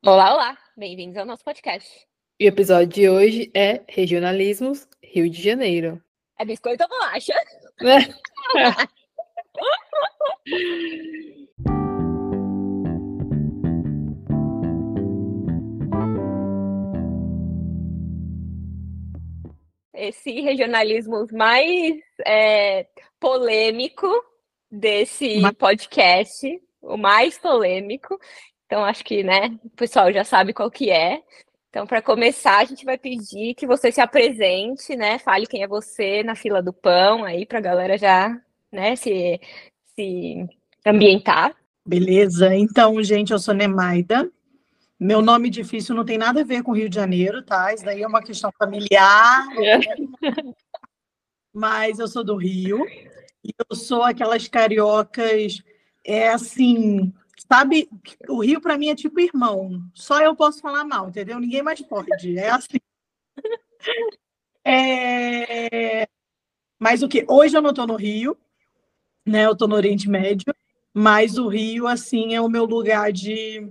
Olá, olá! Bem-vindos ao nosso podcast. E o episódio de hoje é Regionalismos, Rio de Janeiro. É biscoito ou bolacha? Esse regionalismo mais polêmico desse podcast, o mais polêmico. Então, acho que, né, o pessoal já sabe qual que é. Então, para começar, a gente vai pedir que você se apresente, né? Fale quem é você na fila do pão aí, para a galera já, né, se ambientar. Beleza, então, gente, eu sou Nemaida. Meu nome difícil não tem nada a ver com Rio de Janeiro, tá? Isso daí é uma questão familiar. Mas eu sou do Rio. E eu sou aquelas cariocas, assim, sabe? O Rio, para mim, é tipo irmão. Só eu posso falar mal, entendeu? Ninguém mais pode. É assim. Mas o quê? Hoje eu não estou no Rio, né? Eu estou no Oriente Médio. Mas o Rio, assim, é o meu lugar de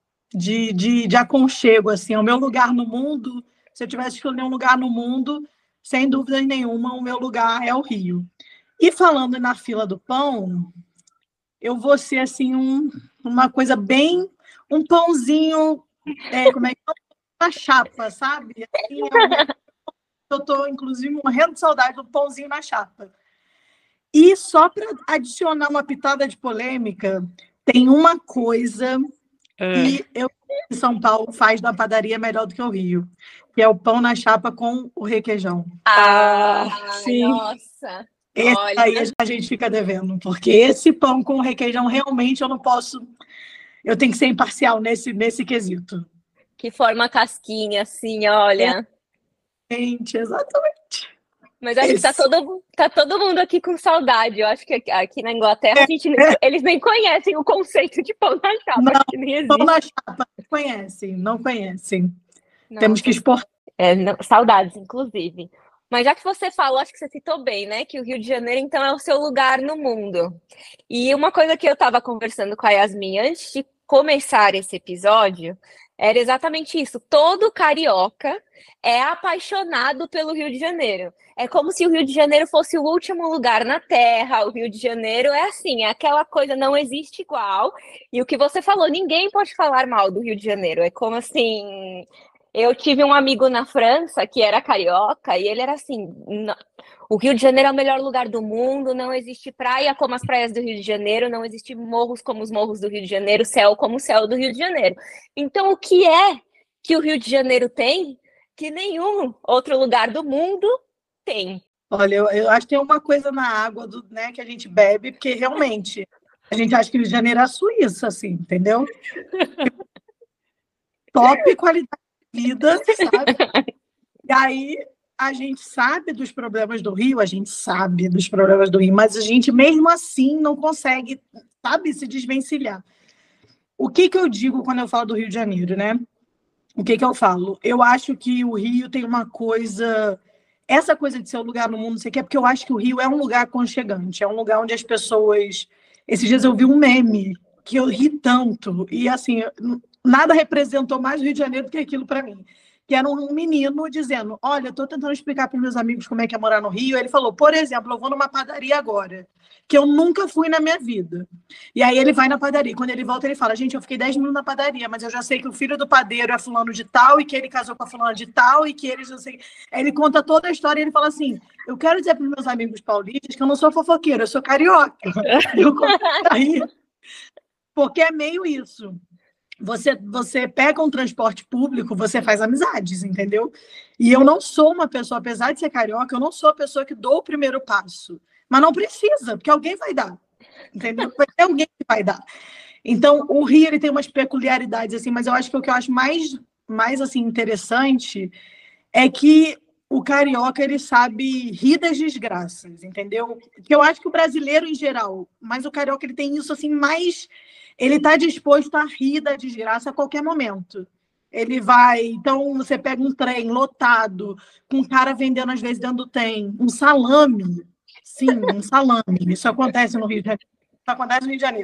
aconchego, assim, é o meu lugar no mundo. Se eu tivesse que escolher um lugar no mundo, sem dúvida nenhuma, o meu lugar é o Rio. E falando na fila do pão, eu vou ser, assim, uma coisa bem... Um pãozinho, como é que é? Uma chapa, sabe? Assim, eu estou, inclusive, morrendo de saudade do pãozinho na chapa. E só para adicionar uma pitada de polêmica, tem uma coisa que eu em São Paulo faz da padaria melhor do que o Rio, que é o pão na chapa com o requeijão. Sim. Nossa! Esse aí a gente fica devendo, porque esse pão com requeijão realmente eu não posso... Eu tenho que ser imparcial nesse quesito. Que forma casquinha, assim, olha. Gente, exatamente. Mas acho que tá todo mundo aqui com saudade. Eu acho que aqui na Inglaterra eles nem conhecem o conceito de pão na chapa. Não, que nem existe. Pão na chapa, não conhecem. Nossa. Temos que exportar. Saudades, inclusive. Mas já que você falou, acho que você citou bem, né? Que o Rio de Janeiro, então, é o seu lugar no mundo. E uma coisa que eu estava conversando com a Yasmin antes de começar esse episódio era exatamente isso. Todo carioca é apaixonado pelo Rio de Janeiro. É como se o Rio de Janeiro fosse o último lugar na Terra. O Rio de Janeiro é assim, é aquela coisa, não existe igual. E o que você falou, ninguém pode falar mal do Rio de Janeiro. É como assim... Eu tive um amigo na França que era carioca e ele era assim: o Rio de Janeiro é o melhor lugar do mundo, não existe praia como as praias do Rio de Janeiro, não existe morros como os morros do Rio de Janeiro, céu como o céu do Rio de Janeiro. Então, o que é que o Rio de Janeiro tem que nenhum outro lugar do mundo tem? Olha, eu acho que tem uma coisa na água né, que a gente bebe, porque realmente a gente acha que o Rio de Janeiro é a Suíça, assim, entendeu? Top qualidade de vida, sabe? E aí a gente sabe dos problemas do Rio, mas a gente mesmo assim não consegue, sabe, se desvencilhar. O que eu digo quando eu falo do Rio de Janeiro, né? O que eu falo? Eu acho que o Rio tem uma coisa... Essa coisa de ser um lugar no mundo, não sei o que, é porque eu acho que o Rio é um lugar aconchegante, é um lugar onde as pessoas... Esses dias eu vi um meme que eu ri tanto, e assim, nada representou mais o Rio de Janeiro do que aquilo para mim. Que era um menino dizendo: olha, eu estou tentando explicar para os meus amigos como é que é morar no Rio. Ele falou, por exemplo, eu vou numa padaria agora, que eu nunca fui na minha vida. E aí ele vai na padaria. Quando ele volta, ele fala: gente, eu fiquei 10 minutos na padaria, mas eu já sei que o filho do padeiro é fulano de tal, e que ele casou com a fulana de tal, e que eles não sei... Aí ele conta toda a história e ele fala assim: eu quero dizer para os meus amigos paulistas que eu não sou fofoqueira, eu sou carioca. Eu começo a rir, porque é meio isso. Você pega um transporte público, você faz amizades, entendeu? E eu não sou uma pessoa, apesar de ser carioca, eu não sou a pessoa que dou o primeiro passo. Mas não precisa, porque alguém vai dar, entendeu? Vai ter alguém que vai dar. Então, o Rio ele tem umas peculiaridades, assim, mas eu acho que o que eu acho mais assim, interessante é que o carioca ele sabe rir das desgraças, entendeu? Que eu acho que o brasileiro em geral, mas o carioca ele tem isso assim mais... Ele está disposto a rir da desgraça a qualquer momento. Ele vai... Então, você pega um trem lotado, com um cara vendendo, às vezes, dentro do trem, um salame. Sim, um salame. Isso acontece no Rio de Janeiro. Isso acontece no Rio de Janeiro.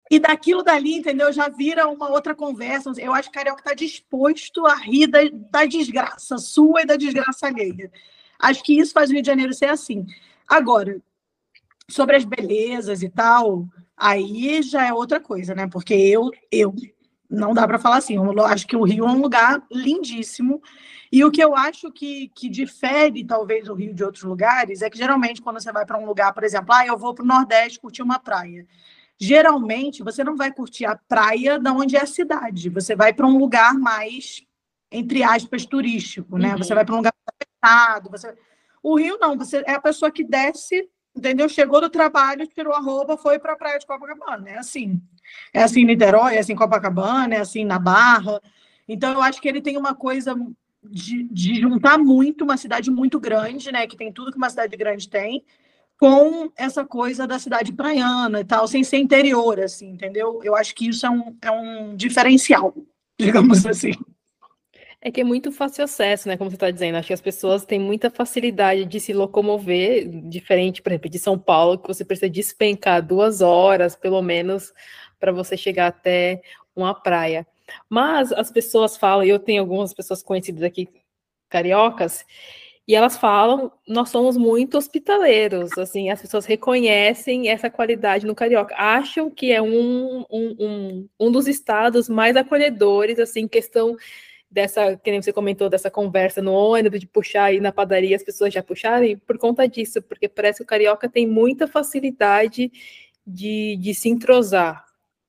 E daquilo dali, entendeu? Já vira uma outra conversa. Eu acho que o carioca está disposto a rir da desgraça sua e da desgraça alheia. Acho que isso faz o Rio de Janeiro ser assim. Agora, sobre as belezas e tal, aí já é outra coisa, né? Porque eu não dá para falar assim. Eu acho que o Rio é um lugar lindíssimo. E o que eu acho que difere, talvez, o Rio de outros lugares é que, geralmente, quando você vai para um lugar, por exemplo, eu vou para o Nordeste curtir uma praia. Geralmente, você não vai curtir a praia de onde é a cidade. Você vai para um lugar mais, entre aspas, turístico, né? Você vai para um lugar fechado. O Rio, não. Você é a pessoa que desce, entendeu? Chegou do trabalho, tirou a roupa, foi para a praia de Copacabana. É assim. É assim em Niterói, é assim em Copacabana, é assim na Barra. Então, eu acho que ele tem uma coisa de juntar muito uma cidade muito grande, né? Que tem tudo que uma cidade grande tem, com essa coisa da cidade praiana e tal, sem ser interior, assim, entendeu? Eu acho que isso é um diferencial, digamos assim. É que é muito fácil acesso, né? Como você está dizendo. Acho que as pessoas têm muita facilidade de se locomover, diferente, por exemplo, de São Paulo, que você precisa despencar 2 horas, pelo menos, para você chegar até uma praia. Mas as pessoas falam, e eu tenho algumas pessoas conhecidas aqui, cariocas, e elas falam, nós somos muito hospitaleiros, assim, as pessoas reconhecem essa qualidade no carioca, acham que é um dos estados mais acolhedores, assim, questão dessa, que nem você comentou, dessa conversa no ônibus, de puxar aí na padaria, as pessoas já puxarem, por conta disso, porque parece que o carioca tem muita facilidade de se entrosar.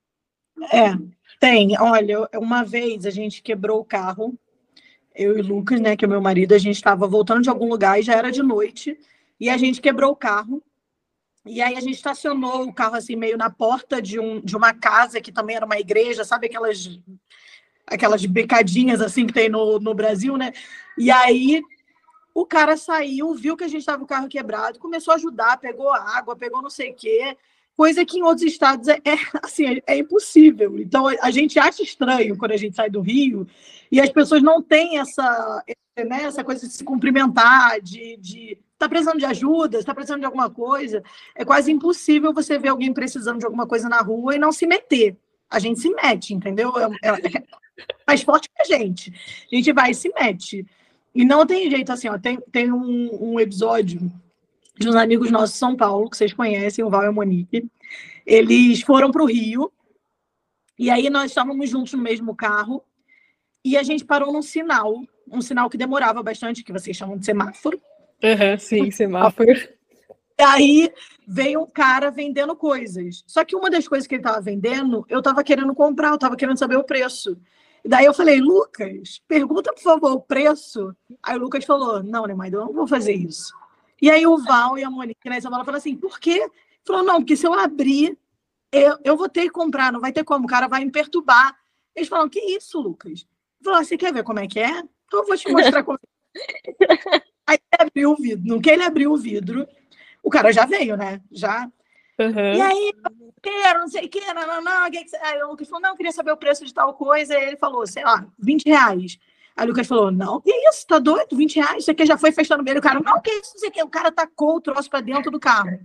Tem. Olha, uma vez a gente quebrou o carro, eu e o Lucas, né, que é meu marido, a gente estava voltando de algum lugar e já era de noite, e a gente quebrou o carro, e aí a gente estacionou o carro assim meio na porta de uma casa que também era uma igreja, sabe aquelas becadinhas assim que tem no Brasil, né? E aí o cara saiu, viu que a gente estava com o carro quebrado, começou a ajudar, pegou água, pegou não sei o quê, coisa que em outros estados assim, é impossível. Então a gente acha estranho quando a gente sai do Rio e as pessoas não têm essa coisa de se cumprimentar, de tá precisando de ajuda, está precisando de alguma coisa. É quase impossível você ver alguém precisando de alguma coisa na rua e não se meter. A gente se mete, entendeu? É mais forte que a gente. A gente vai e se mete. E não tem jeito assim, ó. Tem um episódio de uns amigos nossos de São Paulo, que vocês conhecem, o Val e a Monique. Eles foram para o Rio, e aí nós estávamos juntos no mesmo carro, e a gente parou num sinal, um sinal que demorava bastante, que vocês chamam de semáforo. Sim, semáforo. E aí veio um cara vendendo coisas. Só que uma das coisas que ele estava vendendo, eu estava querendo comprar, eu estava querendo saber o preço. E daí eu falei, Lucas, pergunta, por favor, o preço. Aí o Lucas falou, não, né, mãe, eu não vou fazer isso. E aí o Val e a Monique, né, falaram assim, por quê? Ele falou, não, porque se eu abrir, eu vou ter que comprar, não vai ter como, o cara vai me perturbar. Eles falaram, que isso, Lucas? Ele falou, você quer ver como é que é? Então eu vou te mostrar como é. Aí ele abriu o vidro. No que ele abriu o vidro, o cara já veio, né? Já. E aí, não sei o que, não. Aí o Lucas falou, não, eu queria saber o preço de tal coisa. E ele falou, sei lá, R$20. Aí o Lucas falou, não, que isso, tá doido? R$20? Isso aqui já foi fechando meio. O cara, não, que isso, não sei o que. O cara tacou o troço pra dentro do carro.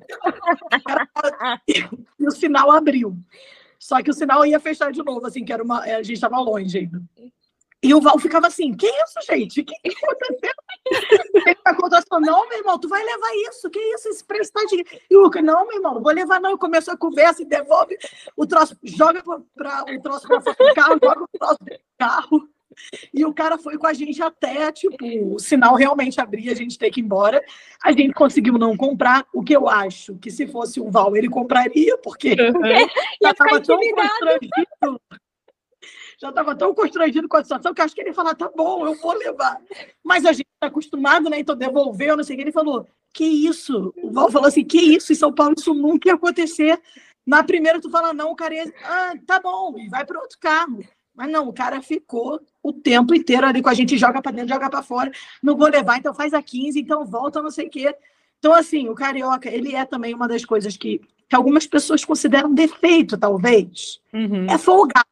E o sinal abriu. Só que o sinal ia fechar de novo, assim, que era a gente tava longe ainda. E o Val ficava assim, que isso, gente? O que aconteceu? Não, meu irmão, tu vai levar isso. Que isso? Esse preço tá de... E o Lucas, não, meu irmão, não vou levar não. Começou a conversa e devolve o troço, joga o troço pra fora do carro, joga o troço do carro. E o cara foi com a gente até, tipo, o sinal realmente abrir, a gente ter que ir embora. A gente conseguiu não comprar, o que eu acho que se fosse o Val, ele compraria, porque já estava tão constrangido. Já estava tão constrangido com a situação que eu acho que ele ia falar, tá bom, eu vou levar. Mas a gente está acostumado, né? Então devolveu, não sei o que. Ele falou, que isso? O Val falou assim, que isso? Em São Paulo isso nunca ia acontecer. Na primeira tu fala, não, o cara ia... tá bom, e vai para outro carro. Mas não, o cara ficou o tempo inteiro ali com a gente, joga para dentro, joga para fora. Não vou levar, então faz a 15, então volta, não sei o quê. Então, assim, o carioca, ele é também uma das coisas que algumas pessoas consideram defeito, talvez. É folgado.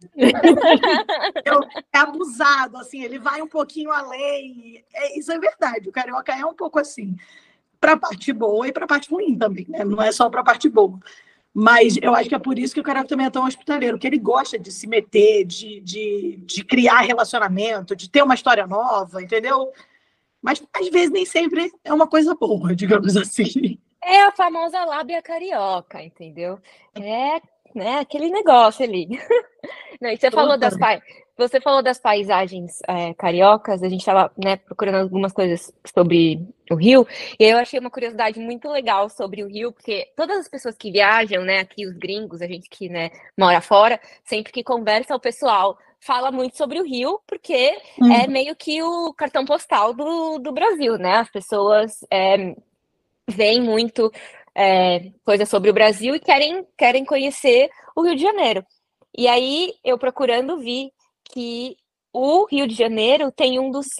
É abusado, assim, ele vai um pouquinho além. Isso é verdade, o carioca é um pouco assim, para a parte boa e para a parte ruim também, né? Não é só para a parte boa. Mas eu acho que é por isso que o Carioca também é tão hospitaleiro, que ele gosta de se meter, de criar relacionamento, de ter uma história nova, entendeu? Mas às vezes nem sempre é uma coisa boa, digamos assim. É a famosa lábia carioca, entendeu? É, né, aquele negócio ali. Não, e você falou das paisagens cariocas, a gente estava, né, procurando algumas coisas sobre o Rio, e eu achei uma curiosidade muito legal sobre o Rio, porque todas as pessoas que viajam, né, aqui os gringos, a gente que, né, mora fora, sempre que conversa o pessoal fala muito sobre o Rio, porque é meio que o cartão postal do Brasil, né? As pessoas veem muito coisa sobre o Brasil e querem conhecer o Rio de Janeiro. E aí, eu procurando, vi que o Rio de Janeiro tem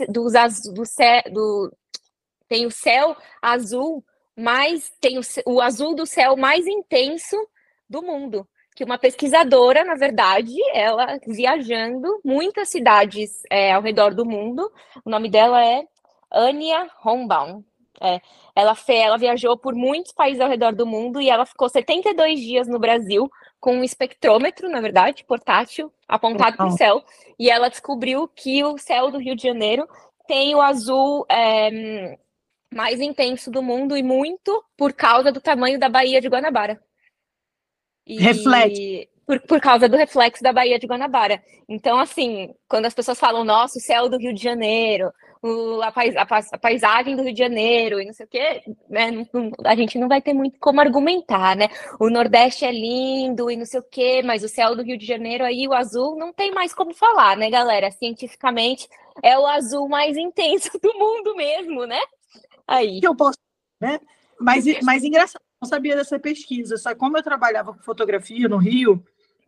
tem o céu azul tem o azul do céu mais intenso do mundo. Que uma pesquisadora, na verdade, ela viajando muitas cidades ao redor do mundo, o nome dela é Anya Hombaum. Ela viajou por muitos países ao redor do mundo e ela ficou 72 dias no Brasil com um espectrômetro, na verdade, portátil, apontado para o céu, e ela descobriu que o céu do Rio de Janeiro tem o azul mais intenso do mundo e muito por causa do tamanho da Baía de Guanabara. Reflete. Por causa do reflexo da Baía de Guanabara. Então, assim, quando as pessoas falam, nossa, o céu do Rio de Janeiro, a paisagem do Rio de Janeiro e não sei o quê, né, a gente não vai ter muito como argumentar, né? O Nordeste é lindo e não sei o quê, mas o céu do Rio de Janeiro aí, o azul, não tem mais como falar, né, galera? Cientificamente, é o azul mais intenso do mundo mesmo, né? Aí. Que eu posso, né? Mas engraçado, não sabia dessa pesquisa. Só como eu trabalhava com fotografia no Rio,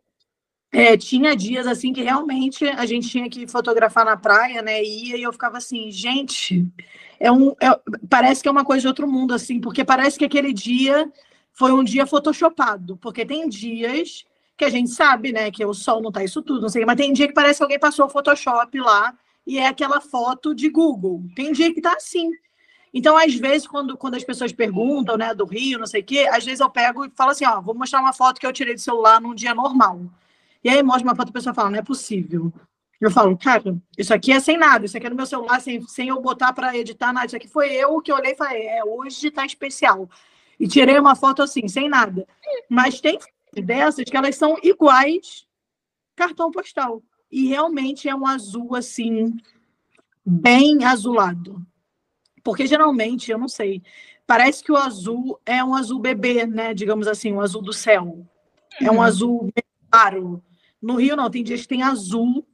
tinha dias assim que realmente a gente tinha que fotografar na praia, né? E eu ficava assim, gente, parece que é uma coisa de outro mundo, assim, porque parece que aquele dia foi um dia photoshopado, porque tem dias que a gente sabe, né, que o sol não tá isso tudo, não sei, mas tem dia que parece que alguém passou o Photoshop lá e é aquela foto de Google. Tem dia que tá assim. Então, às vezes, quando as pessoas perguntam, né, do Rio, não sei o quê, às vezes eu pego e falo assim, ó, vou mostrar uma foto que eu tirei do celular num dia normal. E aí mostra uma foto e a pessoa fala, não é possível. Eu falo, cara, isso aqui é sem nada, isso aqui é no meu celular, sem eu botar para editar nada. Isso aqui foi eu que olhei e falei, hoje tá especial. E tirei uma foto assim, sem nada. Mas tem dessas que elas são iguais cartão postal. E realmente é um azul, assim, bem azulado. Porque geralmente, eu não sei, parece que o azul é um azul bebê, né? Digamos assim, o azul do céu. É um azul claro. No Rio, não, tem dias que tem azul.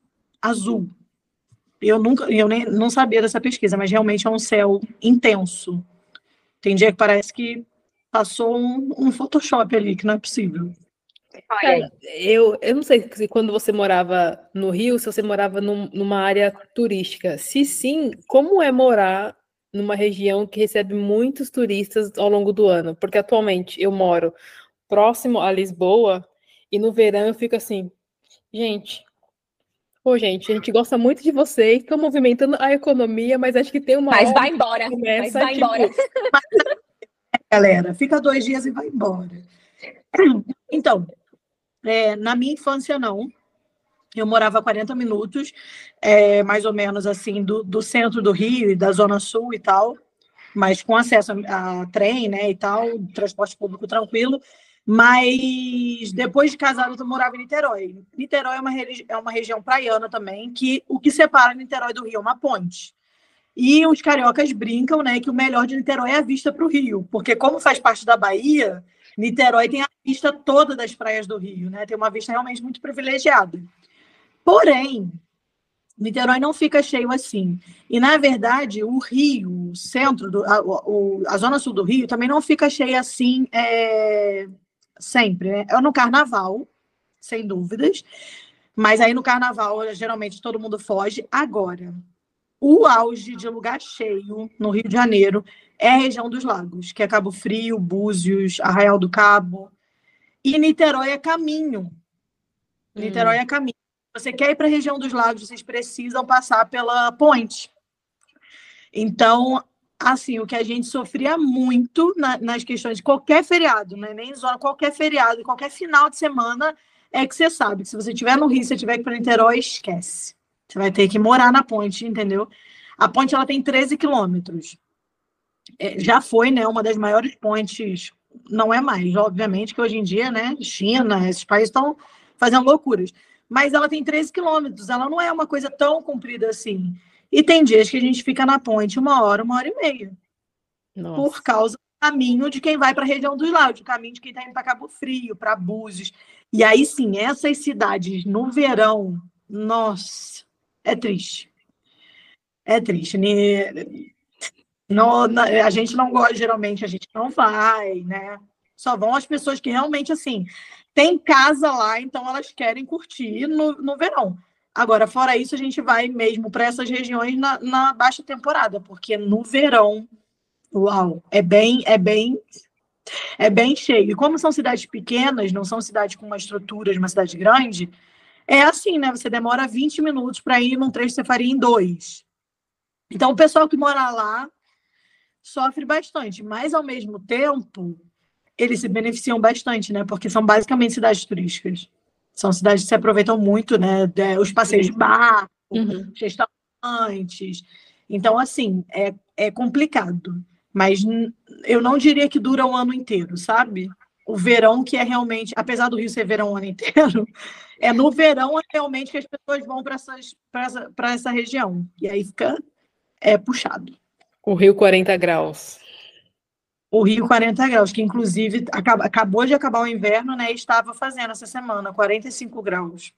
Eu nem não sabia dessa pesquisa, mas realmente é um céu intenso. Tem dia que parece que passou um Photoshop ali, que não é possível. Cara, eu não sei se quando você morava no Rio, se você morava numa área turística. Se sim, como é morar numa região que recebe muitos turistas ao longo do ano? Porque atualmente eu moro próximo a Lisboa e no verão eu fico assim, gente, a gente gosta muito de vocês, estão movimentando a economia, mas acho que tem uma Mas hora vai embora. que começa, Mas vai embora. Galera, fica 2 dias e vai embora. Então, na minha infância, não. Eu morava a 40 minutos, mais ou menos assim, do centro do Rio e da Zona Sul e tal, mas com acesso a trem, né, e tal, transporte público tranquilo. Mas depois de casado, eu morava em Niterói. Niterói é uma região praiana também, que o que separa Niterói do Rio é uma ponte. E os cariocas brincam, né, que o melhor de Niterói é a vista para o Rio, porque como faz parte da Bahia, Niterói tem a vista toda das praias do Rio, né? Tem uma vista realmente muito privilegiada. Porém, Niterói não fica cheio assim. E, na verdade, o Rio, o centro, a zona sul do Rio, também não fica cheia assim sempre. Né? É no carnaval, sem dúvidas. Mas aí no carnaval, geralmente, todo mundo foge. Agora, o auge de lugar cheio no Rio de Janeiro é a região dos lagos, que é Cabo Frio, Búzios, Arraial do Cabo. E Niterói é caminho. Niterói é caminho. Você quer ir para a região dos lagos, vocês precisam passar pela ponte. Então, Assim, o que a gente sofria muito nas questões de qualquer feriado, né? Nem zona, qualquer feriado, qualquer final de semana, é que você sabe que se você estiver no Rio, se você estiver aqui para Niterói, esquece. Você vai ter que morar na ponte, entendeu? A ponte ela tem 13 quilômetros. Já foi, né, uma das maiores pontes, não é mais, obviamente, que hoje em dia, né, China, esses países estão fazendo loucuras. Mas ela tem 13 quilômetros, ela não é uma coisa tão comprida assim. E tem dias que a gente fica na ponte 1 hora e meia. Nossa. Por causa do caminho de quem vai para a região dos lagos, o caminho de quem está indo para Cabo Frio, para Búzios. E aí sim, essas cidades no verão, nossa, é triste. É triste. Não, a gente não gosta, geralmente a gente não vai, né? Só vão as pessoas que realmente, assim, tem casa lá, então elas querem curtir no verão. Agora, fora isso, a gente vai mesmo para essas regiões na baixa temporada, porque no verão, uau, é bem cheio. E como são cidades pequenas, não são cidades com uma estrutura de uma cidade grande, é assim, né? Você demora 20 minutos para ir num trecho que você faria em 2. Então, o pessoal que mora lá sofre bastante, mas ao mesmo tempo eles se beneficiam bastante, né? Porque são basicamente cidades turísticas. São cidades que se aproveitam muito, né? Os passeios de barco, os restaurantes. Então, assim, é complicado. Mas eu não diria que dura o ano inteiro, sabe? O verão que é realmente, apesar do Rio ser verão o ano inteiro, é no verão realmente que as pessoas vão para essa região. E aí fica puxado. O Rio 40 graus. O Rio 40 graus, que inclusive acabou de acabar o inverno, né? E estava fazendo essa semana 45 graus.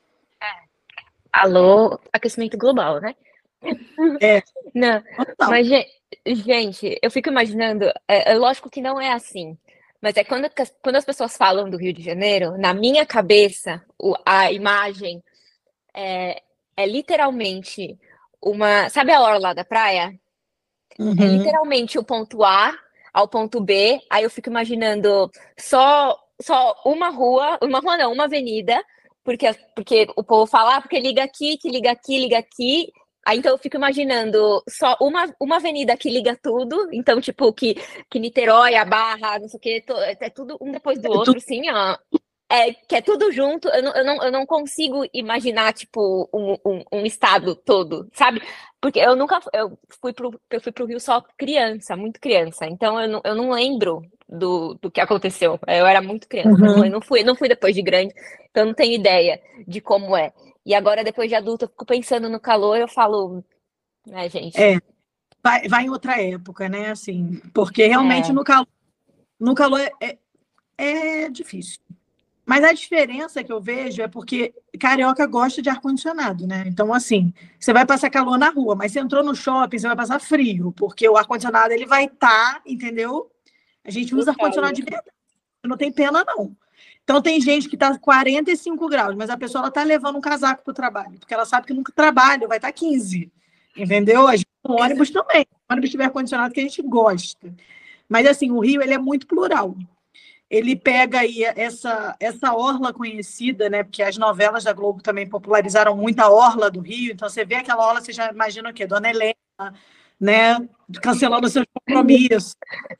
Alô, aquecimento global, né? Não, Total. mas, gente, eu fico imaginando, é lógico que não é assim, mas é quando as pessoas falam do Rio de Janeiro, na minha cabeça, a imagem é literalmente sabe a orla da praia? É literalmente o ponto A ao ponto B, aí eu fico imaginando só uma rua não, uma avenida, porque o povo fala, porque liga aqui, que liga aqui, liga aqui. Aí então eu fico imaginando só uma avenida que liga tudo, então tipo que Niterói, a Barra, não sei o que, é tudo um depois do outro, assim, ó. Que é tudo junto, eu não consigo imaginar, tipo, um estado todo, sabe? Porque eu fui pro Rio só criança, muito criança, então eu não lembro do que aconteceu. Eu era muito criança, eu não fui depois de grande, então eu não tenho ideia de como é. E agora, depois de adulta, eu fico pensando no calor, eu falo, né, gente? Vai em outra época, né? Assim, porque realmente no calor é difícil. Mas a diferença que eu vejo é porque carioca gosta de ar-condicionado, né? Então, assim, você vai passar calor na rua, mas você entrou no shopping, você vai passar frio, porque o ar-condicionado ele vai estar, entendeu? A gente usa ar-condicionado de verdade, não tem pena, não. Então, tem gente que está 45 graus, mas a pessoa está levando um casaco para o trabalho, porque ela sabe que no trabalho vai estar 15, entendeu? A gente, no ônibus também. O ônibus tiver ar-condicionado que a gente gosta. Mas, assim, o Rio ele é muito plural. Ele pega aí essa orla conhecida, né? Porque as novelas da Globo também popularizaram muito a orla do Rio. Então, você vê aquela orla, você já imagina o quê? Dona Helena, né? Cancelando seus compromissos.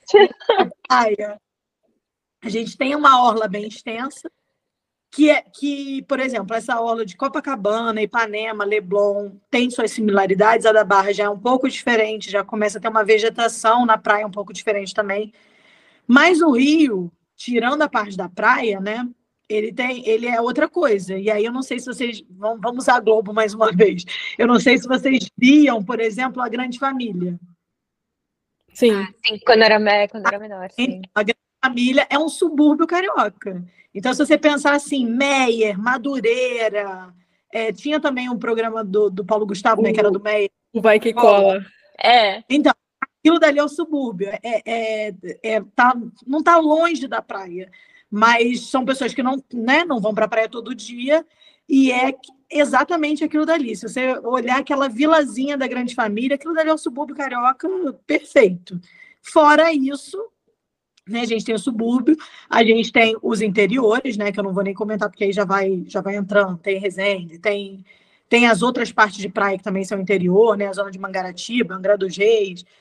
A gente tem uma orla bem extensa, que, por exemplo, essa orla de Copacabana, Ipanema, Leblon, tem suas similaridades. A da Barra já é um pouco diferente, já começa a ter uma vegetação na praia um pouco diferente também. Mas o Rio, tirando a parte da praia, né? Ele é outra coisa. E aí eu não sei se vocês vamos usar a Globo mais uma vez. Eu não sei se vocês viam, por exemplo, A Grande Família. Sim. Sim, quando era menor, sim. A Grande Família é um subúrbio carioca. Então, se você pensar assim, Meier, Madureira, tinha também um programa do Paulo Gustavo, né, que era do Meier. O Vai Que Cola. Então, aquilo dali é o subúrbio. Não está longe da praia, mas são pessoas que não vão para a praia todo dia, e é exatamente aquilo dali. Se você olhar aquela vilazinha da Grande Família, aquilo dali é o subúrbio carioca perfeito. Fora isso, né, a gente tem o subúrbio, a gente tem os interiores, né, que eu não vou nem comentar, porque aí já vai entrando, tem Resende, tem as outras partes de praia que também são interior, né, a zona de Mangaratiba, Angra dos Reis.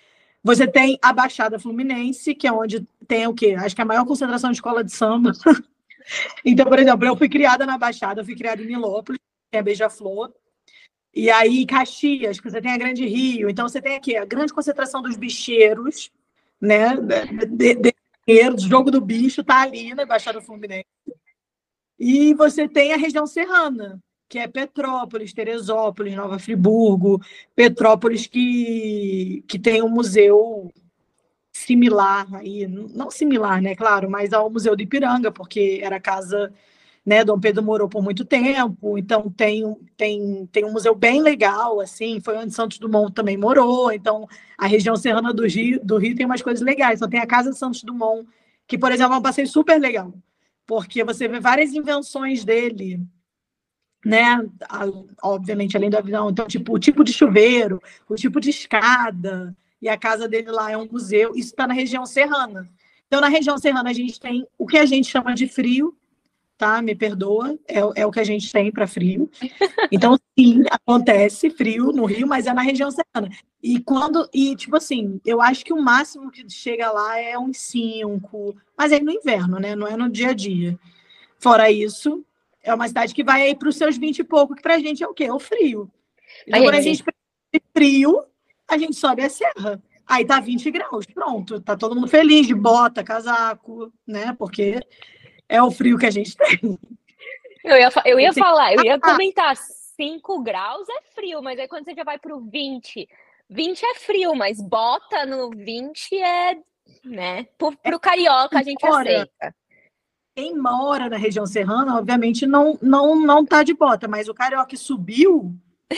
Você tem a Baixada Fluminense, que é onde tem o quê? Acho que é a maior concentração de escola de samba. Então, por exemplo, eu fui criada na Baixada, eu fui criada em Nilópolis, que é Beija-Flor. E aí, Caxias, que você tem a Grande Rio. Então, você tem aqui a grande concentração dos bicheiros, né? Do jogo do bicho, tá ali na Baixada Fluminense. E você tem a região serrana, que é Petrópolis, Teresópolis, Nova Friburgo, Petrópolis que tem um museu similar aí, não similar, né, claro, mas ao Museu do Ipiranga, porque era a casa, né, Dom Pedro morou por muito tempo, então tem um museu bem legal, assim, foi onde Santos Dumont também morou, então a região serrana do Rio tem umas coisas legais, então tem a Casa de Santos Dumont, que, por exemplo, é um passeio super legal, porque você vê várias invenções dele, né? Obviamente, além do avião, então, tipo, o tipo de chuveiro, o tipo de escada, e a casa dele lá é um museu, isso está na região serrana. Então, na região serrana, a gente tem o que a gente chama de frio, tá? Me perdoa, é o que a gente tem para frio. Então, sim, acontece frio no Rio, mas é na região serrana. E tipo assim, eu acho que o máximo que chega lá é uns 5, mas é no inverno, né? Não é no dia a dia. Fora isso, é uma cidade que vai aí para os seus 20 e pouco, que pra gente é o quê? É o frio. Então, quando a gente precisa de frio, a gente sobe a serra. Aí tá 20 graus, pronto. Tá todo mundo feliz de bota, casaco, né? Porque é o frio que a gente tem. Eu ia comentar, 5 graus é frio, mas aí quando você já vai pro 20 é frio, mas bota no 20 é, né? Pro carioca a gente aceita. Quem mora na região serrana, obviamente, não tá de bota, mas o carioca que subiu,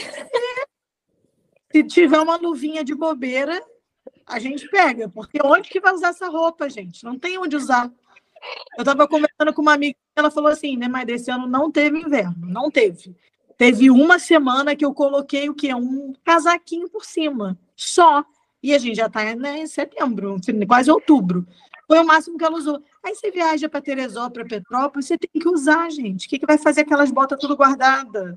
se tiver uma luvinha de bobeira, a gente pega, porque onde que vai usar essa roupa, gente? Não tem onde usar. Eu estava conversando com uma amiga, ela falou assim, né, mas desse ano não teve inverno, não teve. Teve uma semana que eu coloquei o quê? Um casaquinho por cima, só. E a gente já está, né, em setembro, quase outubro. Foi o máximo que ela usou. Aí você viaja para Teresópolis, para Petrópolis, você tem que usar, gente. O que vai fazer aquelas botas tudo guardadas?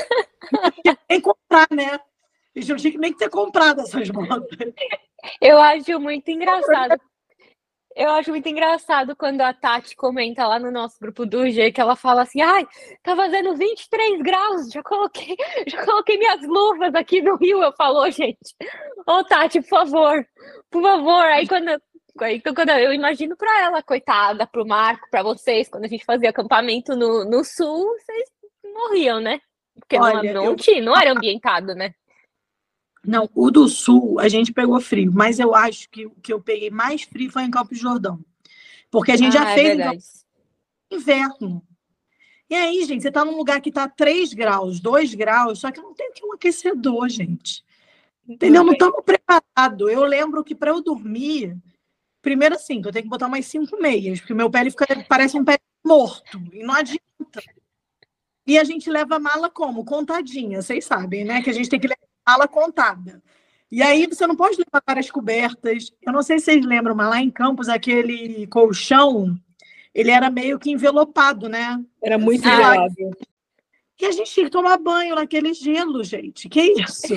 Nem comprar, né? A gente não tinha que nem ter comprado essas botas. Eu acho muito engraçado. Eu acho muito engraçado quando a Tati comenta lá no nosso grupo do G, que ela fala assim, ai, tá fazendo 23 graus, já coloquei minhas luvas aqui no Rio. Eu falo, gente, ô Tati, por favor. Aí quando eu imagino pra ela, coitada, pro Marco, pra vocês, quando a gente fazia acampamento no sul, vocês morriam, né? Porque Olha, não era ambientado, né? Não, o do sul a gente pegou frio, mas eu acho que o que eu peguei mais frio foi em Campos do Jordão. Porque a gente já fez inverno. E aí, gente, você tá num lugar que tá 3 graus, 2 graus, só que não tem aqui um aquecedor, gente. Entendeu? Não estamos preparados. Eu lembro que para eu dormir, primeiro assim, que eu tenho que botar umas 5 meias, porque meu pé parece um pé morto, e não adianta. E a gente leva a mala como? Contadinha, vocês sabem, né? Que a gente tem que levar a mala contada. E aí você não pode levar várias cobertas. Eu não sei se vocês lembram, mas lá em Campos, aquele colchão, ele era meio que envelopado, né? Era muito gelado. E a gente tinha que tomar banho naquele gelo, gente. Que isso?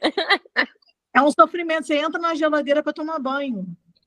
É um sofrimento. Você entra na geladeira para tomar banho.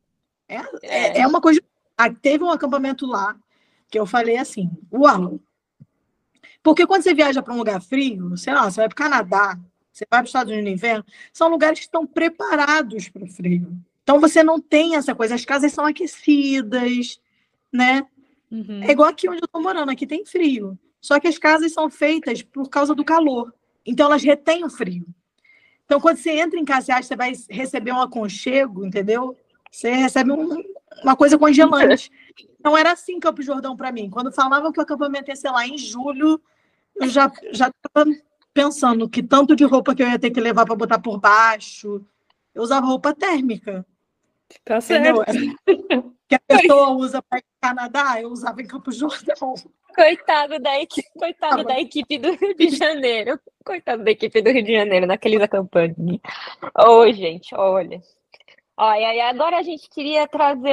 É uma coisa... Teve um acampamento lá que eu falei assim, uau! Porque quando você viaja para um lugar frio, sei lá, você vai para o Canadá, você vai para os Estados Unidos no inverno, são lugares que estão preparados para o frio. Então você não tem essa coisa, as casas são aquecidas, né? Uhum. É igual aqui onde eu estou morando, aqui tem frio. Só que as casas são feitas por causa do calor. Então elas retêm o frio. Então quando você entra em casa, você acha que você vai receber um aconchego, entendeu? Você recebe uma coisa congelante. Não era assim Campos do Jordão para mim. Quando falavam que o acampamento ia ser lá em julho, eu já estava pensando que tanto de roupa que eu ia ter que levar para botar por baixo. Eu usava roupa térmica. Tá certo. Que a pessoa usa para ir para o Canadá, eu usava em Campos do Jordão. Coitado da equipe do Rio de Janeiro. Coitado da equipe do Rio de Janeiro, naqueles acampamentos. Ô, gente, olha. Olha, agora a gente queria trazer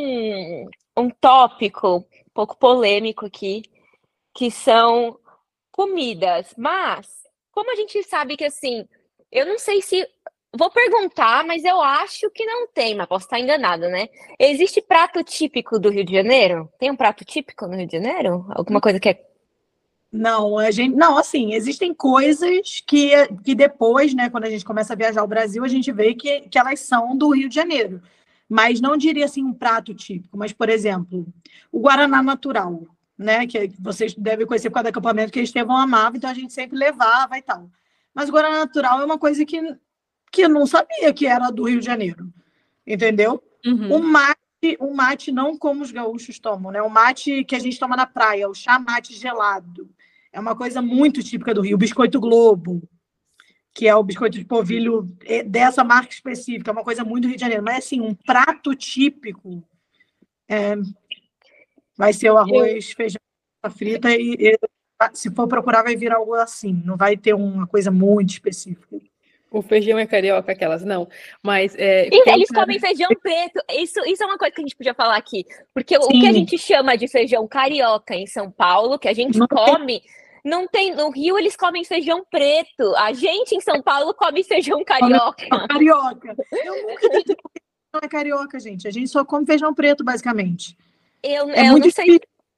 um tópico um pouco polêmico aqui, que são comidas. Mas, como a gente sabe que, assim, eu não sei se Vou perguntar, mas eu acho que não tem, mas posso estar enganada, né? Existe prato típico do Rio de Janeiro? Tem um prato típico no Rio de Janeiro? Alguma coisa que é. Não, não, assim, existem coisas que depois, né, quando a gente começa a viajar ao Brasil, a gente vê que elas são do Rio de Janeiro. Mas não diria assim um prato típico. Mas, por exemplo, o Guaraná natural, né, que vocês devem conhecer por causa do acampamento que a Estevão amava, então a gente sempre levava e tal. Mas o Guaraná natural é uma coisa que eu não sabia que era do Rio de Janeiro, entendeu? Uhum. O mate não como os gaúchos tomam, né? O mate que a gente toma na praia, o chá mate gelado. É uma coisa muito típica do Rio. O biscoito Globo, que é o biscoito de polvilho dessa marca específica, é uma coisa muito do Rio de Janeiro. Mas, assim, um prato típico vai ser o arroz, feijão, frita e se for procurar, vai vir algo assim. Não vai ter uma coisa muito específica. O feijão é carioca, aquelas, não. Mas Eles comem feijão preto. Isso é uma coisa que a gente podia falar aqui. Porque o que a gente chama de feijão carioca em São Paulo, que a gente come, não tem. No Rio eles comem feijão preto. A gente em São Paulo come feijão carioca. Carioca. Eu nunca entendi por que não é carioca, gente. A gente só come feijão preto, basicamente. Eu não sei.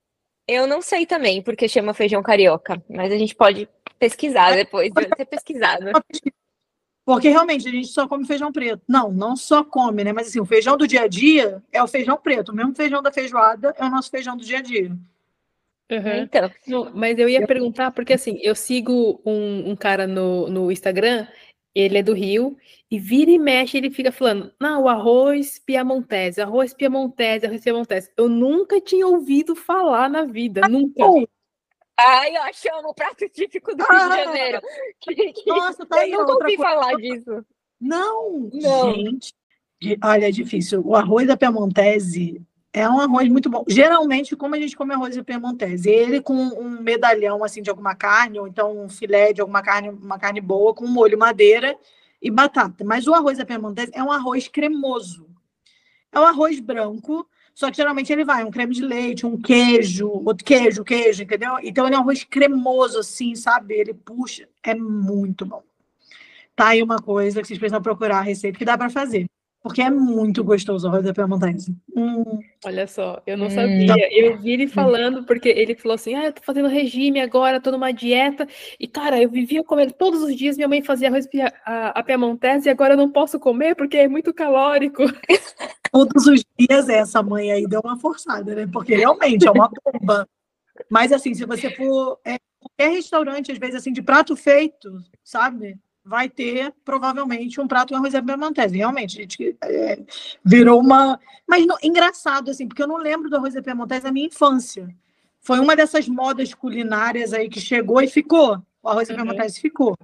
Eu não sei também porque chama feijão carioca, mas a gente pode pesquisar depois de ter pesquisado. Porque realmente a gente só come feijão preto. Não só come, né? Mas assim, o feijão do dia a dia é o feijão preto. O mesmo feijão da feijoada é o nosso feijão do dia a dia. Uhum. Então. Não, mas eu ia perguntar, porque assim, eu sigo um cara no Instagram, ele é do Rio, e vira e mexe, ele fica falando, não, o arroz piamontese, arroz piamontese, arroz piamontese. Eu nunca tinha ouvido falar na vida, nunca. Ai, eu chamo o prato típico do Rio de Janeiro. Nossa, tá aí. Eu nunca ouvi falar disso. Não, gente. Olha, é difícil. O arroz da piamontese é um arroz muito bom. Geralmente, como a gente come arroz da piamontese? Ele com um medalhão assim de alguma carne, ou então um filé de alguma carne, uma carne boa, com molho madeira e batata. Mas o arroz da piamontese é um arroz cremoso. É um arroz branco, só que geralmente ele vai um creme de leite, um queijo, outro queijo, entendeu? Então ele é um arroz cremoso, assim, sabe? Ele puxa, é muito bom. Tá aí uma coisa que vocês precisam procurar a receita que dá para fazer, porque é muito gostoso o arroz da piamontese. Olha só, eu não sabia. Eu vi ele falando, porque ele falou assim, eu tô fazendo regime agora, tô numa dieta, e cara, eu vivia comendo todos os dias, minha mãe fazia arroz a piamontese, e agora eu não posso comer porque é muito calórico. Todos os dias essa mãe aí deu uma forçada, né? Porque realmente é uma bomba. Mas assim, se você for qualquer restaurante, às vezes assim, de prato feito, sabe? Vai ter, provavelmente, um prato com arroz à piamontese. Realmente, a gente virou uma... Mas engraçado, assim, porque eu não lembro do arroz à piamontese da minha infância. Foi uma dessas modas culinárias aí que chegou e ficou. O arroz à piamontese ficou.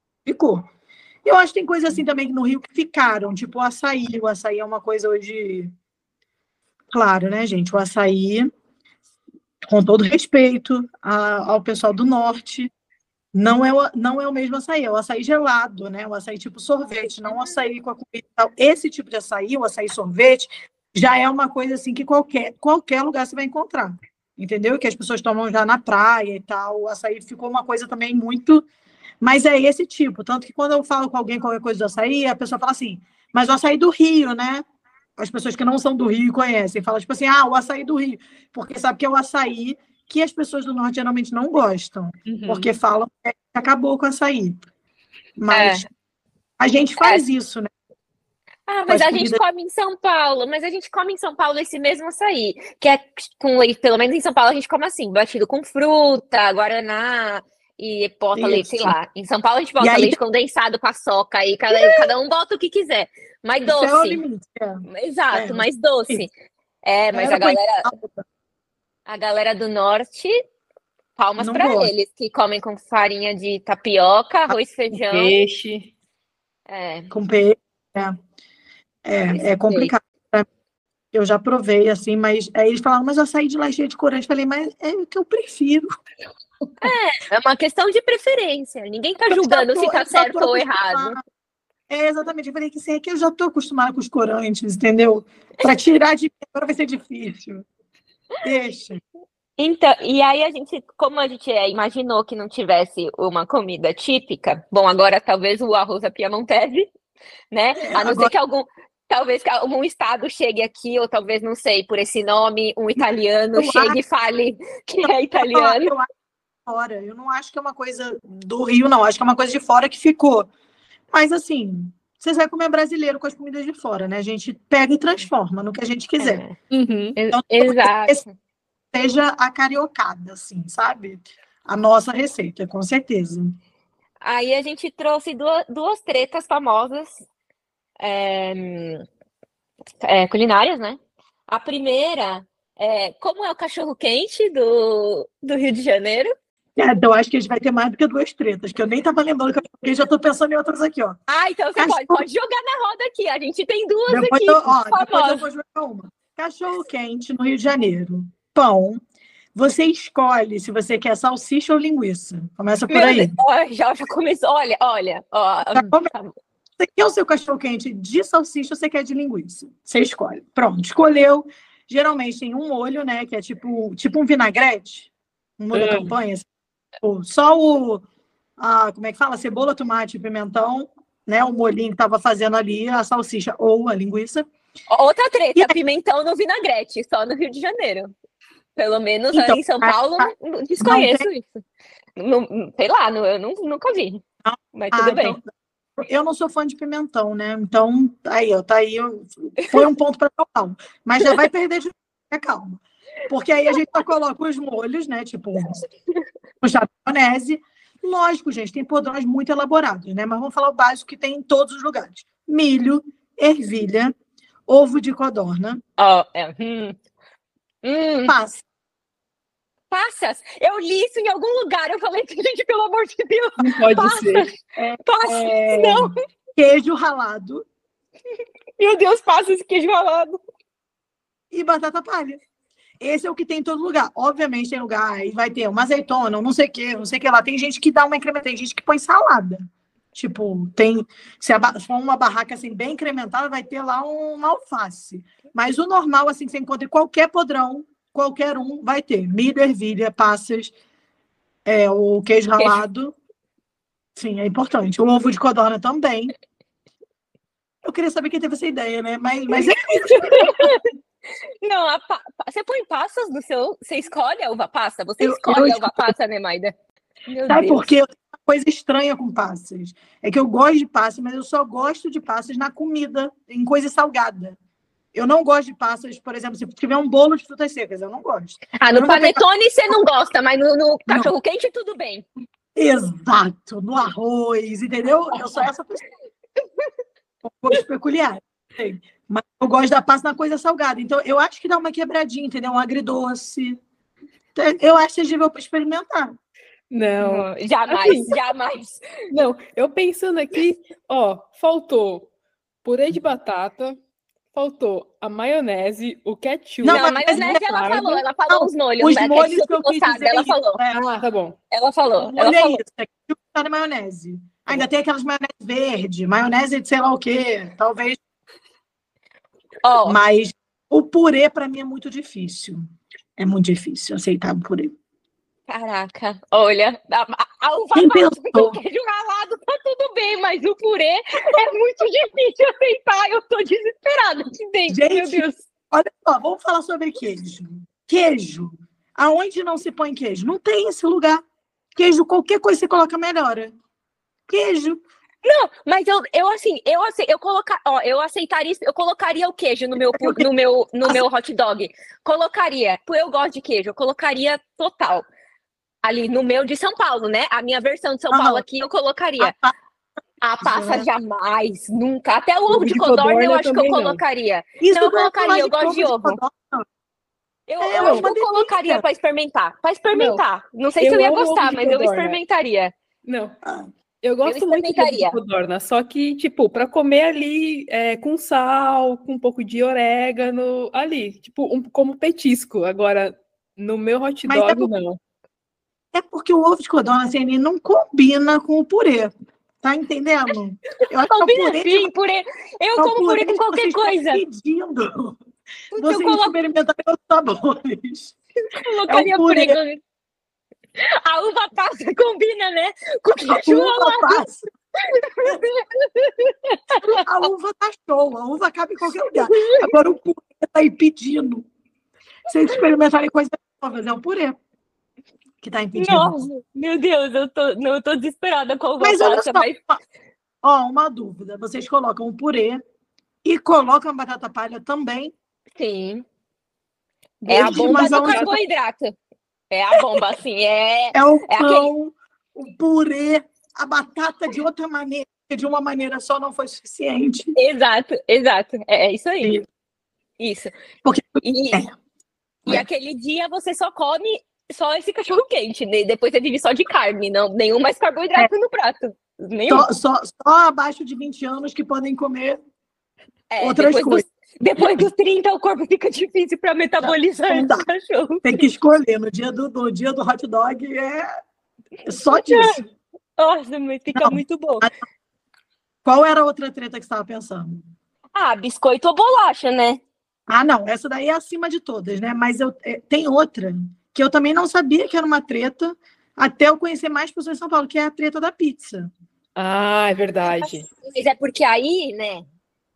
Eu acho que tem coisas assim também no Rio que ficaram, tipo o açaí. O açaí é uma coisa hoje... Claro, né, gente? O açaí, com todo respeito ao pessoal do Norte, não é o mesmo açaí, é o açaí gelado, né? O açaí tipo sorvete, não o açaí com a comida e tal. Esse tipo de açaí, o açaí sorvete, já é uma coisa assim que qualquer lugar você vai encontrar, entendeu? Que as pessoas tomam já na praia e tal. O açaí ficou uma coisa também muito... Mas é esse tipo, tanto que quando eu falo com alguém qualquer coisa do açaí, a pessoa fala assim, mas o açaí do Rio, né? As pessoas que não são do Rio conhecem, falam tipo assim, o açaí do Rio, porque sabe que é o açaí que as pessoas do Norte geralmente não gostam, porque falam que acabou com o açaí. Mas a gente faz isso, né? Mas a gente come em São Paulo, esse mesmo açaí, que é com leite, pelo menos em São Paulo a gente come assim, batido com fruta, guaraná e bota leite, sei lá. Em São Paulo a gente bota leite condensado, paçoca, aí cada um bota o que quiser. Mais doce. É o limite, Exato, mais doce. Mas a galera do Norte, palmas para eles, que comem com farinha de tapioca, arroz, feijão. Peixe. Com peixe. É complicado. Eu já provei, assim, mas aí eles falaram, mas eu saí de lá cheio de corante. Falei, mas é o que eu prefiro. É uma questão de preferência. Ninguém tá julgando se tá certo ou errado. Exatamente. Eu falei que eu já tô acostumada com os corantes, entendeu? Para tirar de mim agora vai ser difícil. Deixa. Então, e aí como a gente imaginou que não tivesse uma comida típica, bom, agora talvez o arroz à piamontese né? A não ser Agora, que talvez que algum estado chegue aqui, ou talvez, não sei, por esse nome, um italiano eu chegue e fale que é falar, italiano. eu acho que é fora. Eu não acho que é uma coisa do Rio, não. Acho que é uma coisa de fora que ficou. Mas, assim, vocês vão comer brasileiro com as comidas de fora, né? A gente pega e transforma no que a gente quiser. Uhum. Então, Exato. seja a cariocada, assim, sabe? A nossa receita, com certeza. Aí a gente trouxe duas tretas famosas culinárias, né? A primeira é como é o cachorro-quente do Rio de Janeiro. Então, acho que a gente vai ter mais do que duas tretas, que eu nem tava lembrando que eu já tô pensando em outras aqui, ó. Ah, então você pode jogar na roda aqui. A gente tem duas Depois aqui. depois eu vou jogar uma. Cachorro-quente no Rio de Janeiro. Pão. Você escolhe se você quer salsicha ou linguiça. Começa por aí. Já começou. Olha. Você quer o seu cachorro-quente de salsicha ou você quer de linguiça? Você escolhe. Pronto, escolheu. Geralmente tem um molho, né? Que é tipo um vinagrete. Um molho da campanha. Assim, só como é que fala? Cebola, tomate e pimentão, né? O molhinho que tava fazendo ali, a salsicha ou a linguiça. Outra treta, pimentão no vinagrete, só no Rio de Janeiro. Pelo menos Então, em São Paulo, desconheço isso. Sei lá, eu nunca vi. Mas tudo bem. Então, eu não sou fã de pimentão, né? Então, tá aí. Foi um ponto para calma. Mas já vai perder de calma. Porque aí a gente só coloca os molhos, né? Tipo, puxar maionese. Lógico, gente, tem podrões muito elaborados, né? Mas vamos falar o básico que tem em todos os lugares: milho, ervilha, ovo de codorna, Passas. Eu li isso em algum lugar. Eu falei, gente, pelo amor de Deus. Não pode ser. Passas. Não. Queijo ralado. Meu Deus, passas, queijo ralado. E batata palha. Esse é o que tem em todo lugar. Obviamente tem lugar, e vai ter uma azeitona, não sei o que lá. Tem gente que dá uma incrementada, tem gente que põe salada. Tipo, se for uma barraca assim, bem incrementada, vai ter lá uma alface. Mas o normal, assim, que você encontra em qualquer podrão, qualquer um vai ter. Milho, ervilha, passas, o queijo ralado. Sim, é importante. O ovo de codorna também. Eu queria saber quem teve essa ideia, né? Mas Não, você põe passas no seu... Você escolhe a uva passa? Você escolhe a uva passa, né, Maida? Sabe por quê? Eu tenho uma coisa estranha com passas. É que eu gosto de passas, mas eu só gosto de passas na comida, em coisa salgada. Eu não gosto de passas, por exemplo, se tiver um bolo de frutas secas, eu não gosto. No panetone você não gosta, mas no cachorro-quente tudo bem. Exato, no arroz, entendeu? Eu sou essa pessoa. Um gosto peculiar. Mas eu gosto da passa na coisa salgada. Então, eu acho que dá uma quebradinha, entendeu? Um agridoce. Eu acho que vocês deviam experimentar. Não. Jamais. Não, eu pensando aqui, faltou purê de batata, faltou a maionese, o ketchup. Não, a maionese ela falou os molhos. Os molhos que eu quis dizer. Ela falou. Tá bom. Ela falou. Olha isso, ketchup tá na maionese. Ainda tem aquelas maionese verde, maionese de sei lá o quê, talvez. Mas o purê, para mim, é muito difícil. É muito difícil aceitar o purê. Caraca, olha, a uva passa com queijo ralado tá tudo bem, mas o purê é muito difícil aceitar. Eu tô desesperada aqui dentro, gente, meu Deus. Olha só, vamos falar sobre queijo. Queijo. Aonde não se põe queijo? Não tem esse lugar. Queijo, qualquer coisa que você coloca, melhora. Queijo. Não, mas eu aceitaria isso, eu colocaria o queijo no meu hot dog. Colocaria, porque eu gosto de queijo, eu colocaria total. Ali no meu de São Paulo, né? A minha versão de São Paulo aqui eu colocaria. A passa jamais, nunca. Até o ovo de codorna eu acho que eu colocaria. Não, eu colocaria, eu gosto de ovo. Eu acho que eu colocaria para experimentar. Não sei se eu ia gostar, mas eu experimentaria. Não. Eu gosto muito de ovo de codorna, só que, tipo, para comer ali com sal, com um pouco de orégano, ali, tipo, como petisco. Agora, no meu hot dog, não. É porque o ovo de codorna, assim, ele não combina com o purê. Tá entendendo? Eu acho combina sim, purê. Eu como purê com qualquer coisa. Pedindo. Você experimentar os sabores. Colocaria purê. A uva passa combina, né? Com queijo ralado. a uva tá show, a uva cabe em qualquer lugar. Agora o purê tá impedindo. Vocês experimentarem coisas novas, é o purê que tá impedindo. Nossa, meu Deus, eu tô desesperada com a uva Mas olha passa, só, mas ó, uma dúvida. Vocês colocam o purê e colocam a batata palha também. sim. É a Desde bomba mais do aonde carboidrato. É a bomba, assim, é o é aquele. pão, o purê, a batata de outra maneira, porque de uma maneira só não foi suficiente. Exato, exato. É isso aí. Sim. Isso. Porque E, e aquele dia você só come só esse cachorro quente, né? Depois você vive só de carne, não, nenhum mais carboidrato no prato. Nenhum. só abaixo de 20 anos que podem comer outras depois coisas. Depois dos 30, o corpo fica difícil para metabolizar Não esse dá. cachorro. Tem que escolher. No dia do hot dog é só disso. Nossa, mas fica muito bom. Qual era a outra treta que você estava pensando? Ah, biscoito ou bolacha, né? Ah, não, essa daí é acima de todas, né? Mas tem outra que eu também não sabia que era uma treta, até eu conhecer mais pessoas em São Paulo, que é a treta da pizza. Ah, é verdade. Mas é porque aí, né,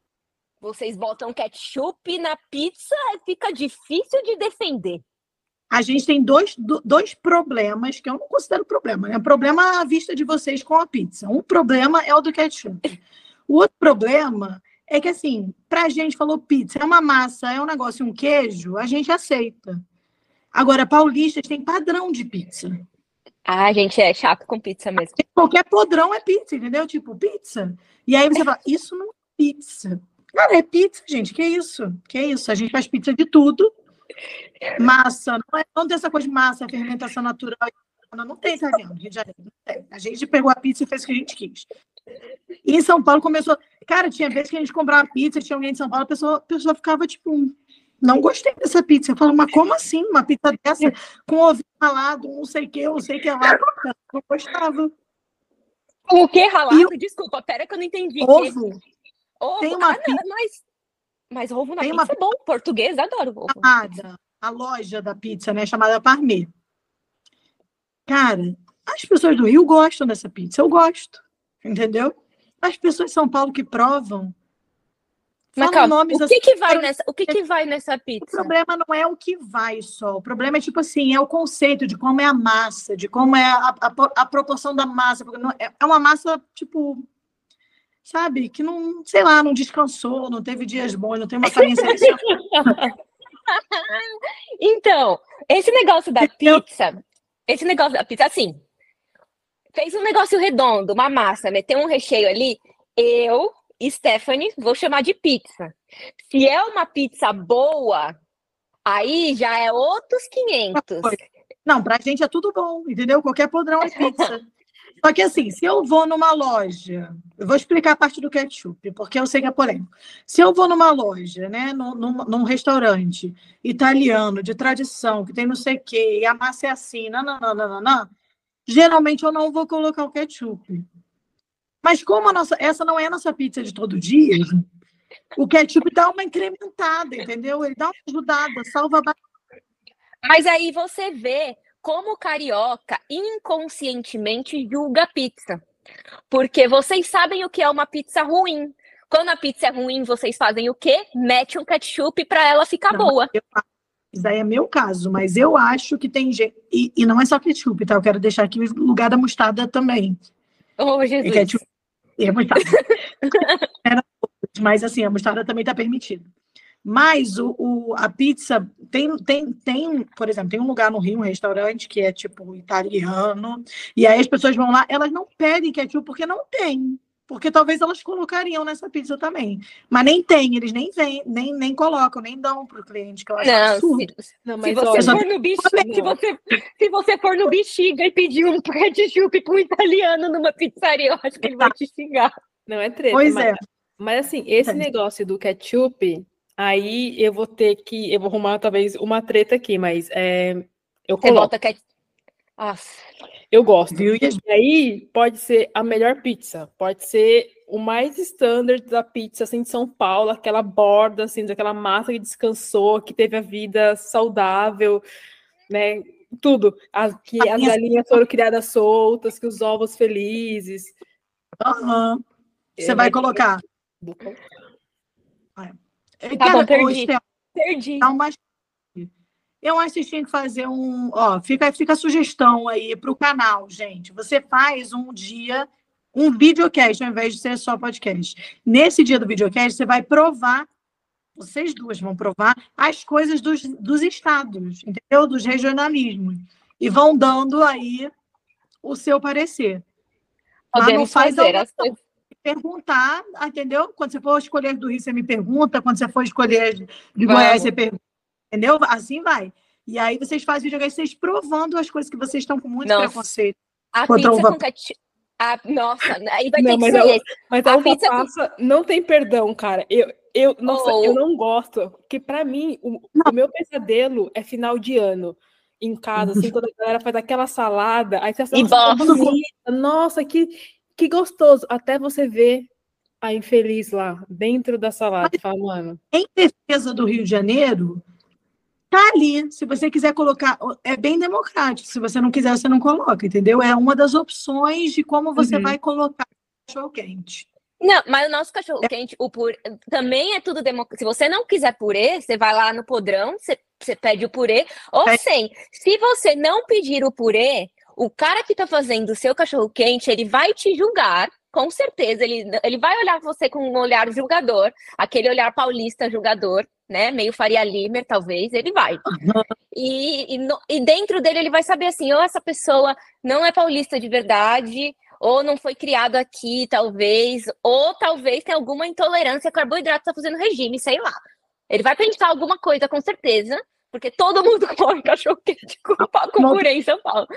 vocês botam ketchup na pizza e fica difícil de defender. A gente tem dois problemas, que eu não considero problema, né? O problema é a vista de vocês com a pizza. Um problema é o do ketchup. O outro problema é que, assim, pra gente, falou pizza, é uma massa, é um negócio, um queijo, a gente aceita. Agora, paulistas têm padrão de pizza. Ah, a gente é chato com pizza mesmo. Qualquer podrão é pizza, entendeu? Tipo, pizza. E aí você fala, isso não é pizza. Cara, é pizza, gente. Que isso? Que isso? A gente faz pizza de tudo. Massa. Não tem essa coisa de massa, fermentação natural. Não tem italiano, Rio de Janeiro. Não tem. A gente pegou a pizza e fez o que a gente quis. E em São Paulo começou... Cara, tinha vezes que a gente comprava pizza, tinha alguém de São Paulo, a pessoa ficava tipo... Não gostei dessa pizza. Eu falo, mas como assim? Uma pizza dessa com ovo ralado, não sei o que lá. Eu não gostava. O que ralado? Desculpa, pera que eu não entendi. Ovo. Ovo? Tem uma pizza... Mas ovo na tem pizza é bom. Português adoro ovo. A loja da pizza, né? Chamada Parmê. Cara, as pessoas do Rio gostam dessa pizza. Eu gosto. Entendeu? As pessoas de São Paulo que provam... Mas calma, o que vai nessa pizza? O problema não é o que vai só. O problema é, tipo assim, é o conceito de como é a massa, de como é a proporção da massa. Porque é uma massa, tipo, sabe? Que não, sei lá, não descansou, não teve dias bons, não tem uma farinha selecionada. Então, esse negócio da pizza, assim, fez um negócio redondo, uma massa, meteu um recheio ali, Stephanie, vou chamar de pizza. Se é uma pizza boa, aí já é outros 500. Não, pra gente é tudo bom, entendeu? Qualquer podrão é pizza. Só que assim, se eu vou numa loja, eu vou explicar a parte do ketchup, porque eu sei que é polêmico. Se eu vou numa loja, né, num restaurante italiano, de tradição, que tem não sei o quê, e a massa é assim, não, geralmente eu não vou colocar o ketchup. Mas como essa não é a nossa pizza de todo dia, o ketchup dá uma incrementada, entendeu? Ele dá uma ajudada, salva bastante. Mas aí você vê como o carioca inconscientemente julga a pizza. Porque vocês sabem o que é uma pizza ruim. Quando a pizza é ruim, vocês fazem o quê? Mete um ketchup para ela ficar boa. Isso daí é meu caso, mas eu acho que tem gente... E não é só ketchup, tá? Eu quero deixar aqui o lugar da mostarda também. Oh, Jesus. Ketchup e a mostarda. Mas assim, a mostarda também está permitida. Mas a pizza tem, por exemplo, tem um lugar no Rio, um restaurante que é tipo italiano, e aí as pessoas vão lá, elas não pedem ketchup porque não tem. Porque talvez elas colocariam nessa pizza também. Mas nem tem, eles nem colocam, nem dão para o cliente, que eu acho absurdo. Se você for no Bexiga e pedir um ketchup para um italiano numa pizzaria, eu acho que ele vai te xingar. Não é treta. Pois mas assim, esse negócio do ketchup, aí eu vou arrumar talvez uma treta aqui, mas eu coloco. Você bota ketchup. Nossa. Eu gosto. E aí pode ser a melhor pizza, pode ser o mais standard da pizza assim, de São Paulo, aquela borda, assim, daquela massa que descansou, que teve a vida saudável, né? Tudo. Que as galinhas foram criadas soltas, que os ovos felizes. Você vai colocar Vou colocar. Tá bom, Cara, ô, perdi. Estela, Perdi. dá uma... Eu acho que tinha que fazer um... Ó, fica a sugestão aí para o canal, gente. Você faz um dia, um videocast, ao invés de ser só podcast. Nesse dia do videocast, você vai provar, vocês duas vão provar as coisas dos estados, entendeu? Dos regionalismos. E vão dando aí o seu parecer. Mas não Podemos faz fazer ao as coisas. perguntar, entendeu? Quando você for escolher do Rio, você me pergunta. Quando você for escolher de Goiás, Vamos. você pergunta. Entendeu? Assim vai. E aí vocês fazem videogame, vocês provando as coisas que vocês estão com muito Nossa. preconceito. A Contra pizza uva- com ketchup. Nossa, aí vai Não, ter que mas ser esse. Mas A a uva pizza com- passa não tem perdão, cara. Nossa, Ou- eu não gosto. Porque pra mim, o meu pesadelo é final de ano. Em casa, assim, quando a galera faz aquela salada, aí você E fala, bosta. nossa, bonita, nossa, que gostoso. Até você ver a infeliz lá, dentro da salada. Você fala, mano, Em defesa do Rio de Janeiro, tá ali. Se você quiser colocar, é bem democrático. Se você não quiser, você não coloca, entendeu? É uma das opções de como você Uhum. vai colocar o cachorro quente. Não, mas o nosso cachorro quente, o purê, também é tudo democrático. Se você não quiser purê, você vai lá no podrão, você pede o purê, ou sem. Se você não pedir o purê, o cara que tá fazendo o seu cachorro quente, ele vai te julgar, com certeza. Ele vai olhar você com um olhar julgador, aquele olhar paulista julgador, né? Meio Faria Limer, talvez, ele vai. E dentro dele ele vai saber assim, ou essa pessoa não é paulista de verdade, ou não foi criado aqui, talvez, ou talvez tenha alguma intolerância a carboidrato, tá fazendo regime, sei lá. Ele vai pensar alguma coisa, com certeza, porque todo mundo come cachorro quente com purê em São Paulo.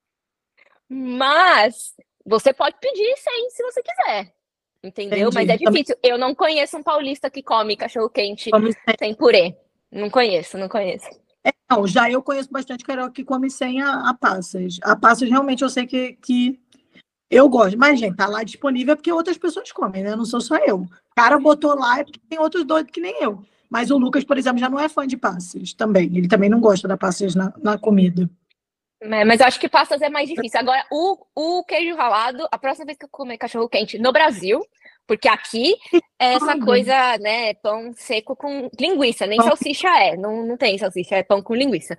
Mas você pode pedir se você quiser, entendeu? Entendi. Mas é difícil. Eu não conheço um paulista que come cachorro quente Come sem. sem purê. Não conheço. Não, já eu conheço bastante carioca que come sem a passas. A passas realmente eu sei que eu gosto. Mas, gente, tá lá disponível porque outras pessoas comem, né? Não sou só eu. O cara botou lá é porque tem outros doidos que nem eu. Mas o Lucas, por exemplo, já não é fã de passas também. Ele também não gosta da passas na comida. Mas eu acho que passas é mais difícil. Agora, o queijo ralado, a próxima vez que eu comer cachorro quente no Brasil, porque aqui é essa coisa, né, pão seco com linguiça, nem salsicha não tem salsicha, é pão com linguiça.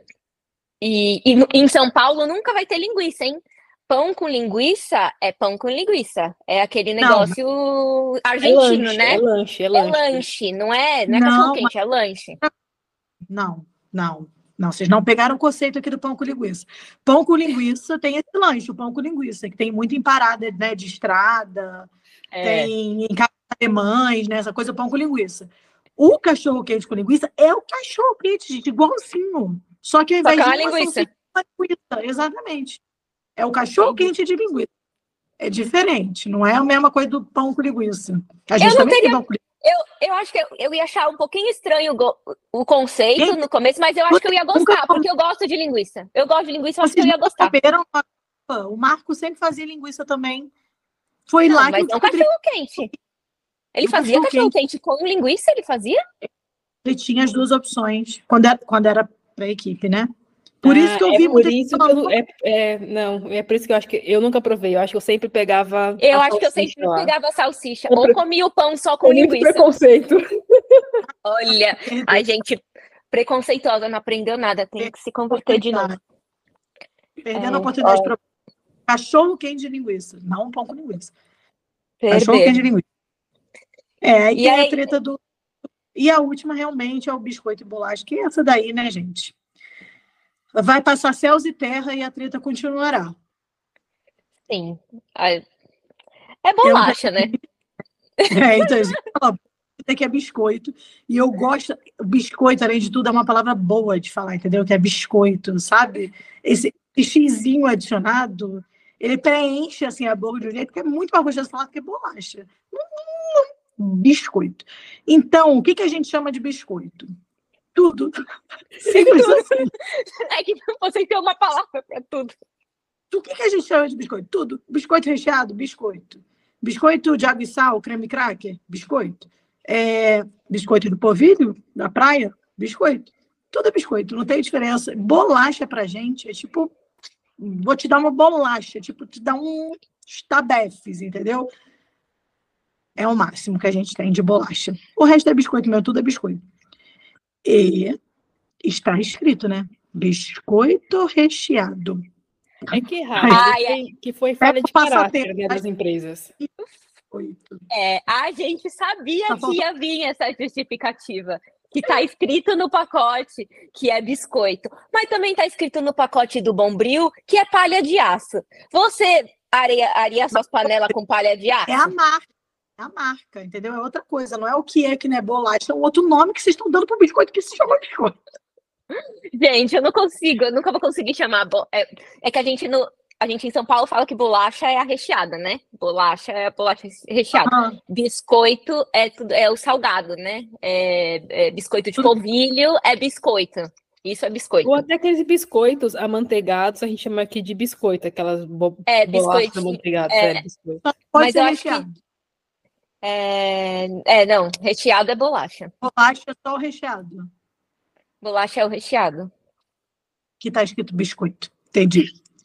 E em São Paulo nunca vai ter linguiça, hein? Pão com linguiça é pão com linguiça. É aquele negócio argentino, né? É lanche. É lanche, não é cachorro quente, é lanche. Não, vocês não pegaram o conceito aqui do pão com linguiça. Pão com linguiça tem esse lanche, o pão com linguiça, que tem muito em parada, né, de estrada, tem em casas alemães, né, essa coisa, pão com linguiça. O cachorro quente com linguiça é o cachorro quente, gente, igualzinho. Só que ao invés de uma linguiça. Linguiça, exatamente. É o cachorro quente de linguiça. É diferente, não é a mesma coisa do pão com linguiça. A gente também tem pão com linguiça. Eu acho que eu ia achar um pouquinho estranho o conceito no começo, mas eu acho que eu ia gostar, porque eu gosto de linguiça. Eu gosto de linguiça, eu acho que eu ia gostar. O Marco sempre fazia linguiça também. Foi lá que mas não cachorro quente. Ele fazia cachorro quente com linguiça? Ele fazia? Ele tinha as duas opções, quando era para a equipe, né? Por isso que eu vi por isso que eu acho que eu nunca provei. Eu acho que eu sempre pegava. Eu acho que eu sempre pegava a salsicha. Ou comia o pão só com linguiça. Muito preconceito. Olha, a gente preconceituosa, não aprendeu nada. Tem que se converter de novo. Perdendo a oportunidade para cachorro quente de linguiça, não um pão com linguiça. Cachorro quente de linguiça. Aí tem a treta do. E a última realmente é o biscoito e bolacha, que é essa daí, né, gente? Vai passar céus e terra e a treta continuará. Sim. É bolacha, né? Então, gente, que é biscoito. E eu gosto... Biscoito, além de tudo, é uma palavra boa de falar, entendeu? Que é biscoito, sabe? Esse xizinho adicionado, ele preenche, assim, a boca de um jeito que é muito mais gostoso de falar do que bolacha. Biscoito. Então, o que a gente chama de biscoito? Tudo. Simples assim. É que você tem uma palavra para tudo. O que a gente chama de biscoito? Tudo. Biscoito recheado, biscoito. Biscoito de água e sal, creme cracker, biscoito. Biscoito do polvilho, da praia, biscoito. Tudo é biscoito, não tem diferença. Bolacha pra gente é tipo, vou te dar uma bolacha, tipo, te dar uns tabefes, entendeu? é o máximo que a gente tem de bolacha. O resto é biscoito, meu, tudo é biscoito. E está escrito, né? Biscoito recheado. É que errado, que foi falha de caráter, passatempo, né, das empresas. A gente sabia que ia vir essa justificativa. Que está escrito no pacote que é biscoito. Mas também está escrito no pacote do Bombril que é palha de aço. Você areia suas panelas com palha de aço? É a marca, entendeu? É outra coisa, não é o que não é bolacha, é um outro nome que vocês estão dando para o biscoito que se chama biscoito. Gente, eu nunca vou conseguir chamar. É que a gente em São Paulo fala que bolacha é a recheada, né? Bolacha é a bolacha recheada. Biscoito é o salgado, né? Biscoito de polvilho é biscoito. Isso é biscoito. Ou até aqueles biscoitos amanteigados, a gente chama aqui de biscoito, aquelas bolachas amanteigadas. Biscoito. Mas eu acho que... não, recheado é bolacha. Bolacha é só o recheado. Bolacha é o recheado. Que tá escrito biscoito. Entendi.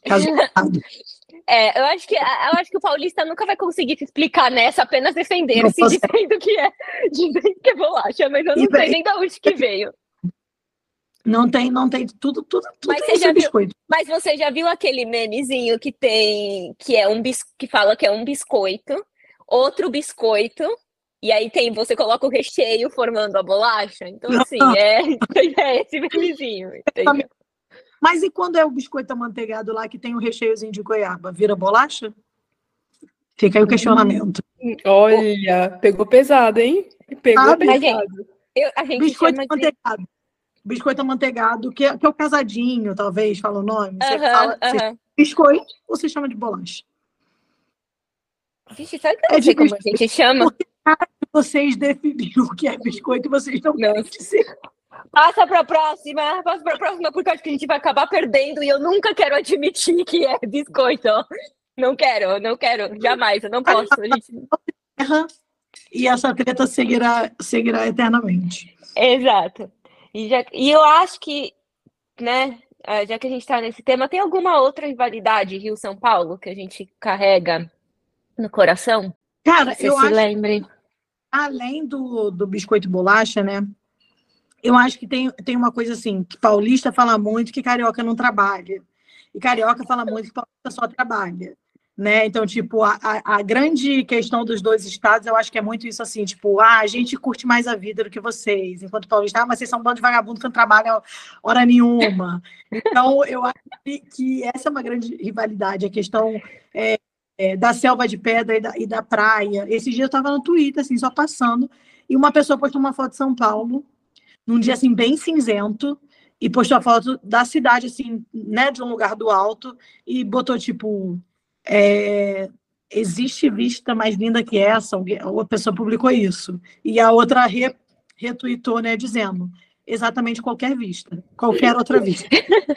Eu acho que o paulista nunca vai conseguir se explicar nessa, apenas defender-se dizendo que é bolacha, mas eu não sei nem de onde que veio. Não tem tudo Mas biscoito. Mas você já viu aquele memezinho que fala que é um biscoito, outro biscoito, e aí você coloca o recheio formando a bolacha? Então, assim, é esse memezinho, entendeu? Mas e quando é o biscoito amanteigado lá que tem o recheiozinho de goiaba? Vira bolacha? Fica aí o questionamento. Olha, pegou pesado, hein? Pegou pesado. A gente biscoito amanteigado. Biscoito amanteigado, que é o casadinho, talvez, fala o nome. Você fala biscoito ou você chama de bolacha? Gente, sabe que eu não sei como a gente chama? Porque vocês definiram o que é biscoito e vocês não querem dizer. Passa para a próxima, porque acho que a gente vai acabar perdendo e eu nunca quero admitir que é biscoito. Não quero, jamais, eu não posso. E essa treta seguirá eternamente. Exato. E eu acho que, né, já que a gente está nesse tema, tem alguma outra rivalidade Rio-São Paulo que a gente carrega no coração? Cara, eu acho lembre. Além do biscoito e bolacha, né? Eu acho que tem uma coisa assim, que paulista fala muito que carioca não trabalha. E carioca fala muito que paulista só trabalha. Né? Então, tipo, a grande questão dos dois estados, eu acho que é muito isso assim, tipo, a gente curte mais a vida do que vocês, enquanto paulista, mas vocês são um bando de vagabundo que não trabalham hora nenhuma. Então, eu acho que essa é uma grande rivalidade, a questão da selva de pedra e da praia. Esses dias eu estava no Twitter, assim, só passando, e uma pessoa postou uma foto de São Paulo, num dia, assim, bem cinzento, e postou a foto da cidade, assim, né, de um lugar do alto, e botou, tipo... existe vista mais linda que essa? A pessoa publicou isso. E a outra retweetou, né, dizendo exatamente qualquer vista. Qualquer outra vista.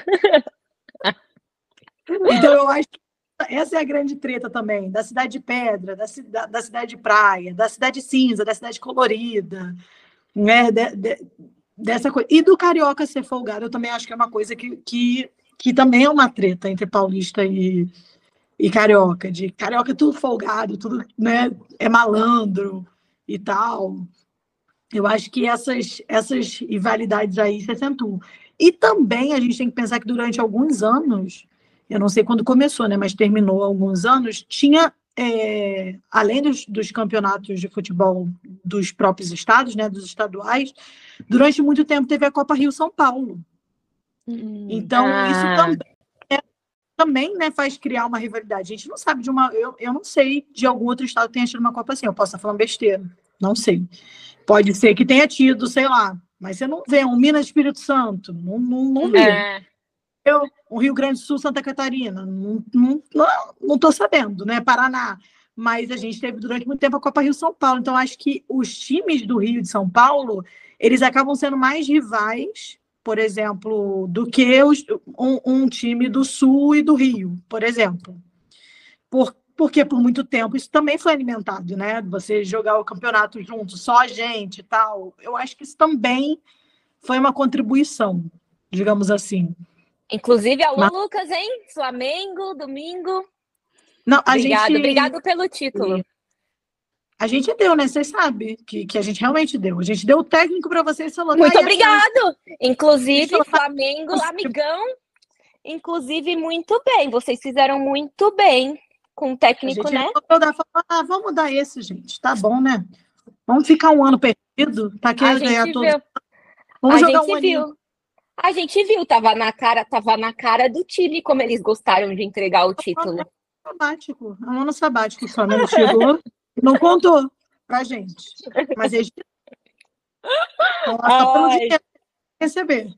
Então, eu acho que essa é a grande treta também, da cidade de pedra, da cidade de praia, da cidade cinza, da cidade colorida, né, dessa coisa. E do carioca ser folgado, eu também acho que é uma coisa que também é uma treta entre paulista e carioca, de carioca é tudo folgado, tudo, né, é malandro e tal. Eu acho que essas rivalidades aí se acentuam. E também a gente tem que pensar que durante alguns anos, eu não sei quando começou, né, mas terminou há alguns anos, tinha, além dos campeonatos de futebol dos próprios estados, né, dos estaduais, durante muito tempo teve a Copa Rio-São Paulo. Então, isso também, né, faz criar uma rivalidade. A gente não sabe de uma... Eu não sei de algum outro estado que tenha tido uma Copa assim. Eu posso estar falando besteira. Não sei. Pode ser que tenha tido, sei lá. Mas você não vê um Minas Espírito Santo. Não vê. Um Rio Grande do Sul, Santa Catarina. Não estou sabendo, né? Paraná. Mas a gente teve durante muito tempo a Copa Rio-São Paulo. Então, acho que os times do Rio e de São Paulo, eles acabam sendo mais rivais, por exemplo, do que um time do Sul e do Rio, por exemplo. Porque por muito tempo isso também foi alimentado, né? Você jogar o campeonato junto, só a gente e tal. Eu acho que isso também foi uma contribuição, digamos assim. Inclusive, alô, Lucas, hein? Flamengo, domingo. Não, obrigado pelo título. A gente deu, né? Vocês sabem que a gente realmente deu. A gente deu o técnico para vocês, falou, Muito tá aí a chance. obrigado! Inclusive, falou, tá, Flamengo, amigão, inclusive, muito bem. Vocês fizeram muito bem com o a técnico, gente né? resolveu dar, falou, vamos dar esse, gente. Tá bom, né? Vamos ficar um ano perdido, tá A querendo ganhar gente todos. viu, Vamos a jogar um gente aninho. viu. A gente viu, tava na cara do time como eles gostaram de entregar o título. Sabático. É um ano sabático que o Flamengo chegou e não contou pra gente. Mas eles estão lá só pelo Ai. dinheiro que receber.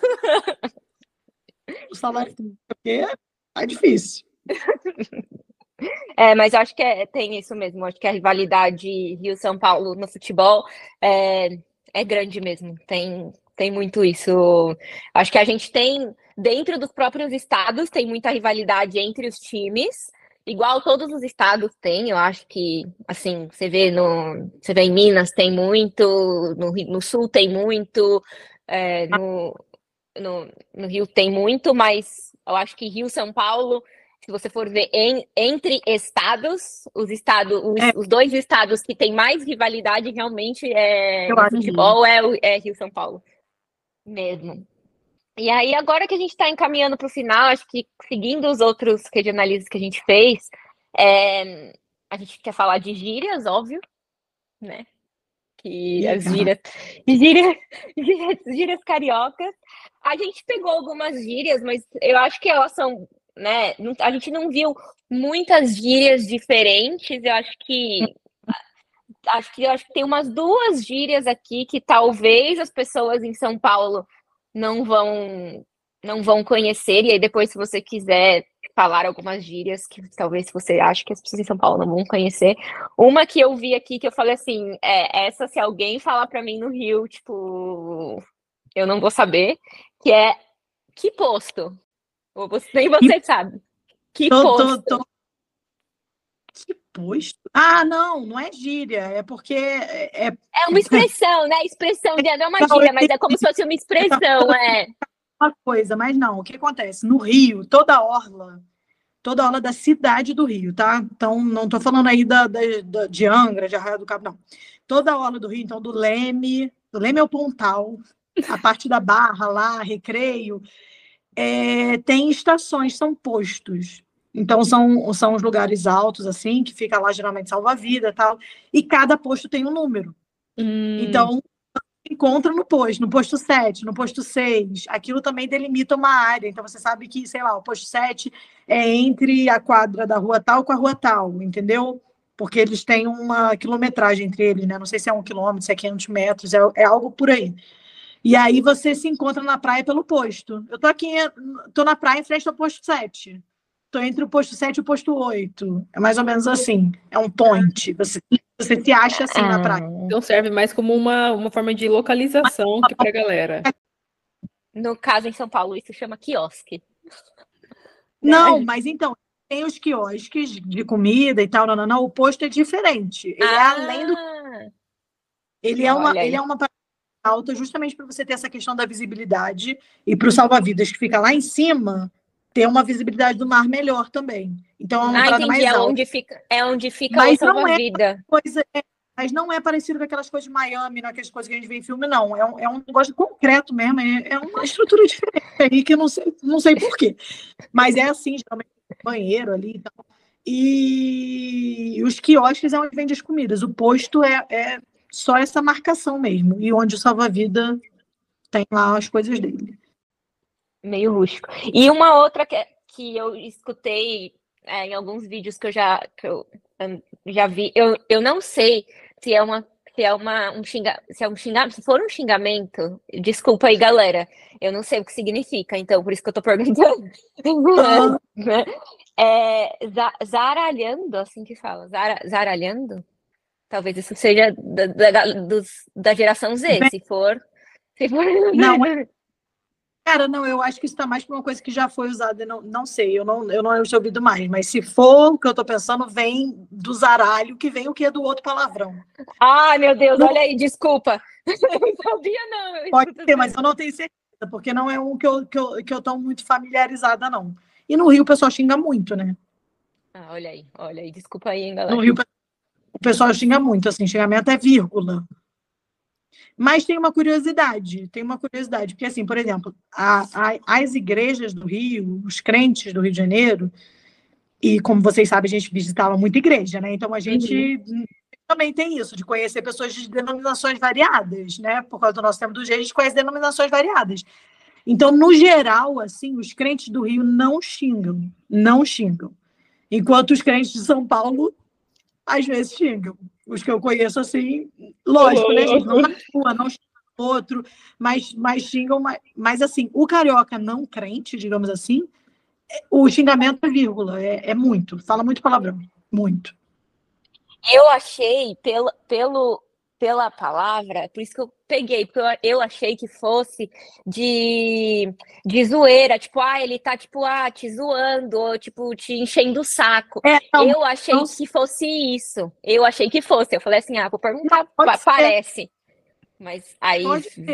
O salário porque tá difícil. Mas eu acho que tem isso mesmo. Eu acho que a rivalidade Rio-São Paulo no futebol é grande mesmo. Tem muito isso. Acho que a gente tem, dentro dos próprios estados, tem muita rivalidade entre os times. Igual todos os estados têm, eu acho que, assim, você vê em Minas tem muito, no Sul tem muito, no Rio tem muito, mas eu acho que Rio, São Paulo, se você for ver entre estados, os dois estados que têm mais rivalidade realmente Eu no acho. futebol é Rio, São Paulo mesmo. E aí, agora que a gente está encaminhando para o final, acho que seguindo os outros regionalistas que a gente fez, a gente quer falar de gírias, óbvio, né? Que as gírias cariocas. A gente pegou algumas gírias, mas eu acho que elas são, né? A gente não viu muitas gírias diferentes. Eu acho que tem umas 2 gírias aqui que talvez as pessoas em São Paulo não vão conhecer, e aí depois, se você quiser falar algumas gírias que talvez você ache que as pessoas em São Paulo não vão conhecer. Uma que eu vi aqui, que eu falei assim, essa se alguém falar pra mim no Rio, tipo, eu não vou saber, que é que posto? Ou nem você sabe. Que posto? Que posto? Ah, não é gíria, é porque É uma expressão, né? Expressão, não é uma gíria, mas é como se fosse uma expressão, uma coisa, mas não, o que acontece? No Rio, toda orla da cidade do Rio, tá? Então, não tô falando aí de Angra, de Arraial do Cabo, não. Toda a orla do Rio, então, do Leme é o Pontal, a parte da Barra lá, Recreio, tem estações, são postos. Então, são os lugares altos, assim, que fica lá, geralmente, salva-vida e tal, e cada posto tem um número. Então, encontra no posto 7, no posto 6, aquilo também delimita uma área, então você sabe que, sei lá, o posto 7 é entre a quadra da rua tal com a rua tal, entendeu? Porque eles têm uma quilometragem entre eles, né? Não sei se é 1 quilômetro, se é 500 metros, é algo por aí. E aí você se encontra na praia pelo posto. Eu tô na praia em frente ao posto 7. Tô entre o posto 7 e o posto 8. É mais ou menos assim. É um point. Você se acha assim na praia. Então serve mais como uma forma de localização que pra galera. No caso, em São Paulo, isso chama quiosque. Não, mas então, tem os quiosques de comida e tal, não, o posto é diferente. Ele é além do. Ele é uma parada alta justamente para você ter essa questão da visibilidade e para o salva-vidas que fica lá em cima ter uma visibilidade do mar melhor também. Então é uma parada entendi. mais alta. Onde fica o salva-vida. Mas não é parecido com aquelas coisas de Miami, aquelas coisas que a gente vê em filme, não. É um negócio concreto mesmo, é uma estrutura diferente aí que eu não sei por quê. Mas é assim, geralmente, banheiro ali e tal. E os quiosques é onde vende as comidas. O posto é só essa marcação mesmo. E onde o salva-vida tem lá as coisas dele. Meio rústico. E uma outra que eu escutei em alguns vídeos que eu já vi, eu não sei se é um xingamento, se for um xingamento, desculpa aí, galera, eu não sei o que significa, então por isso que eu tô perguntando. Zaralhando, assim que fala, zaralhando? Talvez isso seja da geração Z, se for. Não, cara, não, eu acho que isso está mais para uma coisa que já foi usada, não sei, eu não tinha ouvido mais, mas se for o que eu estou pensando, vem do zaralho, que vem o que é do outro palavrão. Ai, meu Deus, olha aí, desculpa. Não sabia, não. Pode ser, mas eu não tenho certeza, porque não é um que eu estou muito familiarizada, não. E no Rio o pessoal xinga muito, né? Olha aí, desculpa aí, hein, galera. No Rio o pessoal xinga muito, assim, xingamento é vírgula. Mas tem uma curiosidade, porque, assim, por exemplo, as igrejas do Rio, os crentes do Rio de Janeiro, e como vocês sabem, a gente visitava muita igreja, né? Então a gente também tem isso, de conhecer pessoas de denominações variadas, né? Por causa do nosso tempo do dia, a gente conhece denominações variadas. Então, no geral, assim, os crentes do Rio não xingam, não xingam. Enquanto os crentes de São Paulo, às vezes, xingam. Os que eu conheço, assim, lógico, né, gente? Não na rua, não xingam o outro, mas xingam. Mas, assim, o carioca não crente, digamos assim, o xingamento é vírgula, é muito. Fala muito palavrão, muito. Eu achei, pela palavra, por isso que eu peguei, porque eu achei que fosse de zoeira, tipo, ele tá, tipo, te zoando, ou, tipo, te enchendo o saco. Eu achei que fosse isso. Eu achei que fosse. Eu falei assim, vou perguntar, parece. Mas aí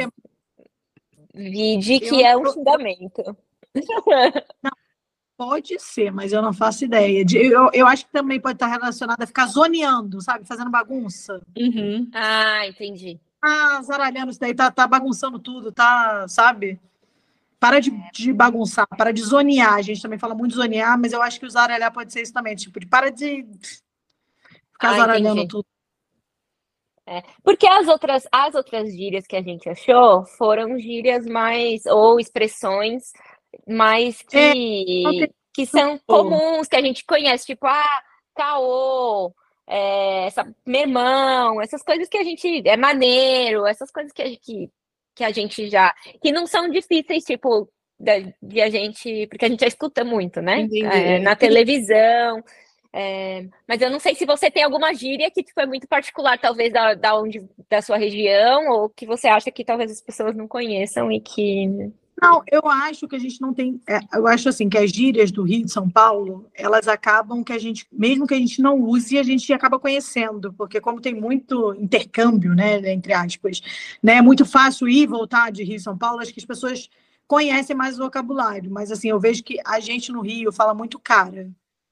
vi de que é um xingamento. Não, pode ser, mas eu não faço ideia. Eu acho que também pode estar relacionado a ficar zoneando, sabe? Fazendo bagunça. Entendi. Zaralhando isso daí, tá bagunçando tudo, sabe? Para de bagunçar, para de zonear. A gente também fala muito de zonear, mas eu acho que o zaralhar pode ser isso também. Tipo, para de ficar zaralhando tudo. Porque as outras gírias que a gente achou foram gírias mais, ou expressões mais que são comuns, que a gente conhece, tipo, caô, meu irmão, essas coisas que a gente, é maneiro, essas coisas que a gente já, que não são difíceis, tipo, de a gente, porque a gente já escuta muito, né? Na televisão. Mas eu não sei se você tem alguma gíria que foi muito particular, talvez da sua região, ou que você acha que talvez as pessoas não conheçam e que... Não, eu acho que a gente não tem... eu acho assim, que as gírias do Rio de São Paulo, elas acabam que a gente, mesmo que a gente não use, a gente acaba conhecendo, porque como tem muito intercâmbio, né, entre aspas, né, é muito fácil ir e voltar de Rio e São Paulo, acho que as pessoas conhecem mais o vocabulário, mas assim, eu vejo que a gente no Rio fala muito cara.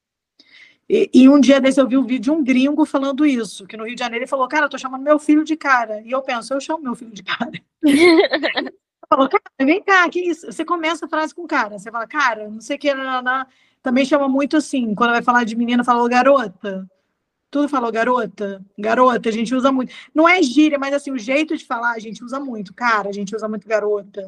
E um dia desse eu vi um vídeo de um gringo falando isso, que no Rio de Janeiro ele falou, cara, eu tô chamando meu filho de cara. E eu penso, eu chamo meu filho de cara. Falou, cara, vem cá, que isso? Você começa a frase com cara, você fala, cara, não sei o que, também chama muito assim, quando vai falar de menina, fala garota. Tudo falou garota, garota, a gente usa muito. Não é gíria, mas assim, o jeito de falar a gente usa muito. Cara, a gente usa muito garota.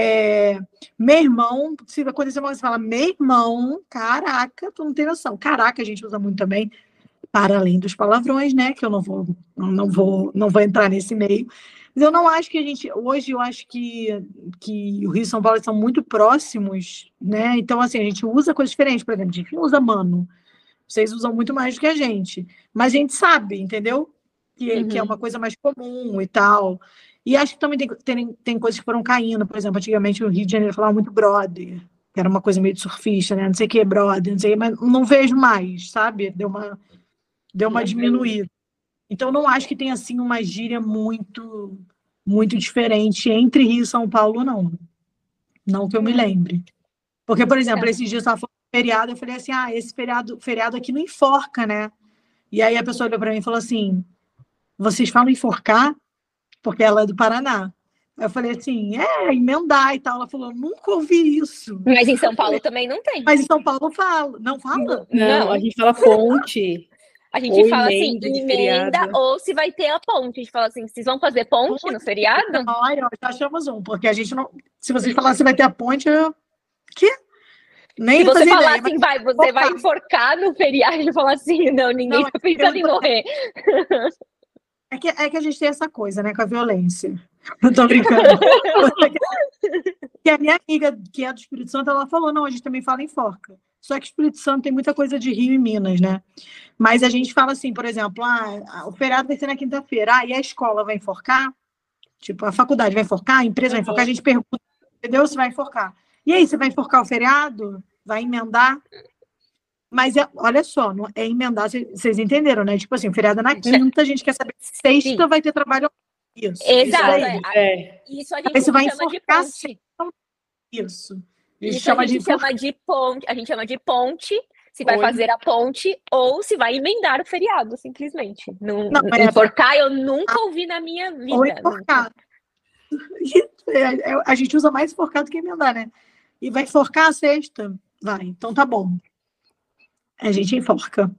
Meu irmão, se acontecer uma coisa, você fala, meu irmão, caraca, tu não tem noção. Caraca, a gente usa muito também, para além dos palavrões, né? Que eu não vou entrar nesse meio. Mas eu não acho que hoje eu acho que o Rio e São Paulo são muito próximos, né? Então, assim, a gente usa coisas diferentes, por exemplo, a gente não usa mano. Vocês usam muito mais do que a gente. Mas a gente sabe, entendeu? Que é uma coisa mais comum e tal. E acho que também tem coisas que foram caindo. Por exemplo, antigamente o Rio de Janeiro falava muito brother, que era uma coisa meio de surfista, né? Não sei o que, brother, não sei o que, mas não vejo mais, sabe? Deu uma diminuída. Então, não acho que tenha, assim, uma gíria muito, muito diferente entre Rio e São Paulo, não. Não que eu me lembre. Porque, por exemplo, esses dias eu estava falando de feriado, eu falei assim, esse feriado aqui não enforca, né? E aí a pessoa olhou para mim e falou assim, vocês falam enforcar? Porque ela é do Paraná. Eu falei assim, emendar e tal. Ela falou, nunca ouvi isso. Mas em São Paulo também não tem. Mas em São Paulo fala. Não fala? Não, a gente fala ponte. A gente fala assim, emenda, ou se vai ter a ponte. A gente fala assim, vocês vão fazer ponte no feriado? Não, já achamos porque a gente não... Se vocês falarem que vai ter a ponte, Que? Nem se você falar ideia, assim, você vai enforcar no feriado, a gente fala assim, não, ninguém tá pensando em morrer. É que a gente tem essa coisa, né, com a violência. Não tô brincando. Que a minha amiga, que é do Espírito Santo, ela falou, não, a gente também fala enforca. Só que o Espírito Santo tem muita coisa de Rio e Minas, né? Mas a gente fala assim, por exemplo, o feriado vai ser na quinta-feira, e a escola vai enforcar? Tipo, a faculdade vai enforcar, a empresa vai enforcar, a gente pergunta, entendeu? Se vai enforcar. E aí, você vai enforcar o feriado? Vai emendar? Mas, olha só, não é emendar, vocês entenderam, né? Tipo assim, o feriado é na quinta, a gente quer saber se sexta vai ter trabalho. Isso. Exato. Isso a gente chama de ponte. Isso. A gente chama de ponte. A gente chama de ponte. se vai Ou fazer a ponte ou se vai emendar o feriado, simplesmente. Não, Não, enforcar eu nunca ouvi na minha ou vida. enforcar. A gente usa mais enforcar do que emendar, né? E vai enforcar a sexta? Vai, então tá bom. A gente enforca.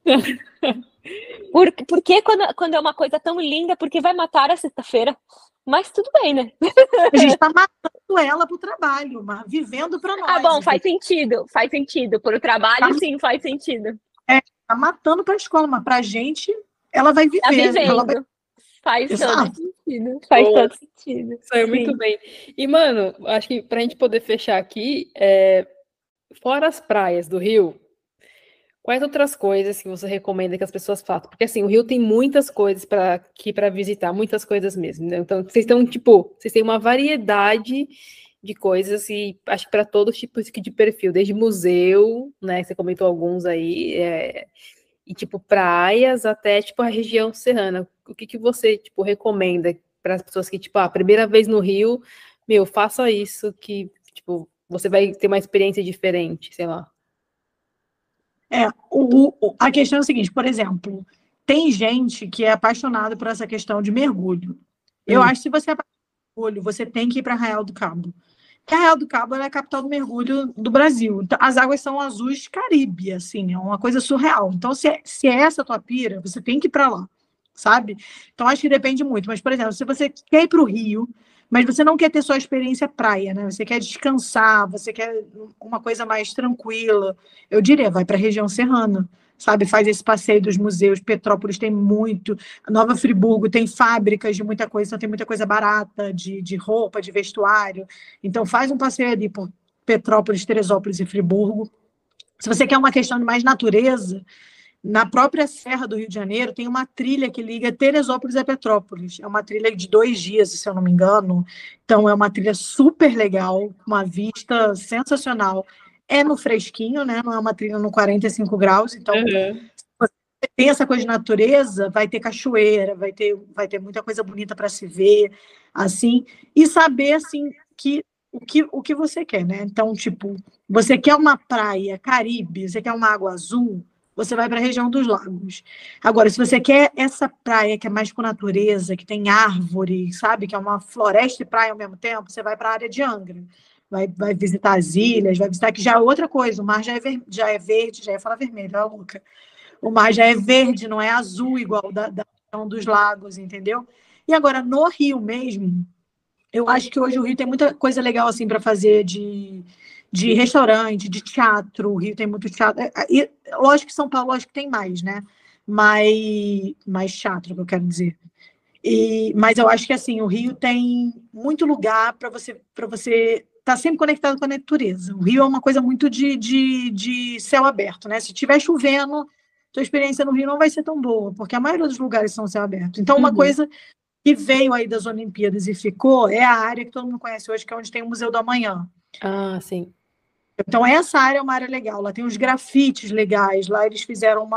Porque quando é uma coisa tão linda, porque vai matar a sexta-feira? Mas tudo bem, né? A gente tá matando ela pro trabalho, mas vivendo para nós. Ah, bom, faz sentido. Faz sentido. Por o trabalho, sim, faz sentido. Tá matando pra escola, mas pra gente, ela vai viver. Tá vivendo. Ela vai... Faz Exato. todo sentido. Faz Boa. todo sentido. saiu muito Sim. bem. E, mano, acho que pra gente poder fechar aqui, fora as praias do Rio, quais outras coisas que você recomenda que as pessoas façam? Porque, assim, o Rio tem muitas coisas aqui para visitar, muitas coisas mesmo, né? Então, vocês têm uma variedade de coisas e acho que para todos os tipos de perfil, desde museu, né? Você comentou alguns aí, e tipo praias até tipo a região serrana. O que você tipo recomenda para as pessoas que tipo a primeira vez no Rio, meu, faça isso que tipo você vai ter uma experiência diferente, sei lá. A questão é o seguinte, por exemplo, tem gente que é apaixonada por essa questão de mergulho. Eu acho que se você é apaixonado por mergulho, você tem que ir para Arraial do Cabo. Porque Arraial do Cabo é a capital do mergulho do Brasil. Então, as águas são azuis Caribe, assim, é uma coisa surreal. Então, se é essa a tua pira, você tem que ir para lá, sabe? Então, acho que depende muito. Mas, por exemplo, se você quer ir para o Rio, mas você não quer ter só a experiência praia, né? Você quer descansar, você quer uma coisa mais tranquila, eu diria, vai para a região serrana, sabe? Faz esse passeio dos museus. Petrópolis tem muito, Nova Friburgo tem fábricas de muita coisa, então tem muita coisa barata, de roupa, de vestuário. Então faz um passeio ali por Petrópolis, Teresópolis e Friburgo. Se você quer uma questão de mais natureza, na própria Serra do Rio de Janeiro tem uma trilha que liga Teresópolis a Petrópolis. É uma trilha de 2 dias, se eu não me engano. Então é uma trilha super legal, uma vista sensacional. É no fresquinho, né? Não é uma trilha no 45 graus. Então, tem essa coisa de natureza, vai ter cachoeira, vai ter muita coisa bonita para se ver, assim, e saber assim o que você quer, né? Então, tipo, você quer uma praia Caribe, você quer uma água azul, você vai para a região dos lagos. Agora, se você quer essa praia que é mais com natureza, que tem árvore, sabe, que é uma floresta e praia ao mesmo tempo, você vai para a área de Angra. Vai visitar as ilhas, vai visitar que já é outra coisa, o mar já é verde, já ia falar vermelho, ó, Luca. O mar já é verde, não é azul igual da região dos lagos, entendeu? E agora, no Rio mesmo, eu acho que hoje o Rio tem muita coisa legal assim para fazer de restaurante, de teatro. O Rio tem muito teatro. E, lógico que São Paulo acho que tem mais, né? Mais teatro, que eu quero dizer. Mas eu acho que assim, o Rio tem muito lugar para você estar sempre conectado com a natureza. O Rio é uma coisa muito de céu aberto, né? Se estiver chovendo, tua experiência no Rio não vai ser tão boa, porque a maioria dos lugares são céu aberto. Então, uma coisa que veio aí das Olimpíadas e ficou é a área que todo mundo conhece hoje, que é onde tem o Museu do Amanhã. Ah, sim. Então, essa área é uma área legal. Lá tem uns grafites legais. Lá eles fizeram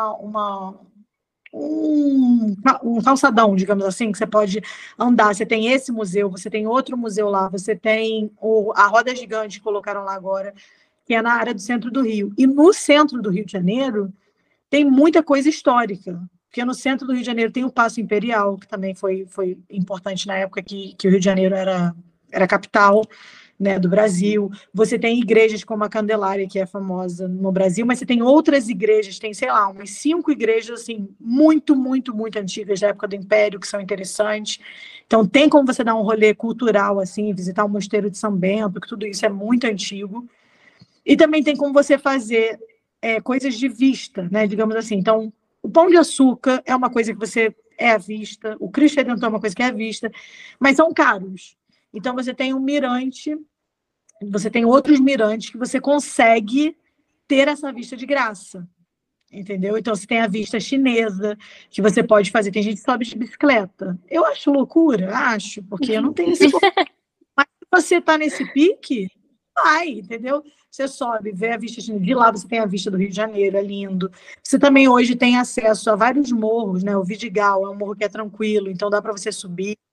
um calçadão, digamos assim, que você pode andar. Você tem esse museu, você tem outro museu lá, você tem a Roda Gigante que colocaram lá agora, que é na área do centro do Rio. E no centro do Rio de Janeiro tem muita coisa histórica, porque no centro do Rio de Janeiro tem o Paço Imperial, que também foi importante na época que o Rio de Janeiro era capital, né, do Brasil. Você tem igrejas como a Candelária, que é famosa no Brasil, mas você tem outras igrejas, tem, sei lá, umas 5 igrejas assim, muito, muito, muito antigas da época do Império, que são interessantes. Então tem como você dar um rolê cultural, assim, visitar o Mosteiro de São Bento, que tudo isso é muito antigo. E também tem como você fazer coisas de vista, né, digamos assim. Então, o Pão de Açúcar é uma coisa que você é à vista, o Cristo Redentor é uma coisa que é à vista, mas são caros. Então, você tem um mirante, você tem outros mirantes que você consegue ter essa vista de graça, entendeu? Então, você tem a vista chinesa, que você pode fazer. Tem gente que sobe de bicicleta. Eu acho loucura, acho, porque eu não tenho esse... Mas se você está nesse pique, vai, entendeu? Você sobe, vê a vista chinesa. De lá você tem a vista do Rio de Janeiro, é lindo. Você também hoje tem acesso a vários morros, né? O Vidigal é um morro que é tranquilo, então dá para você subir.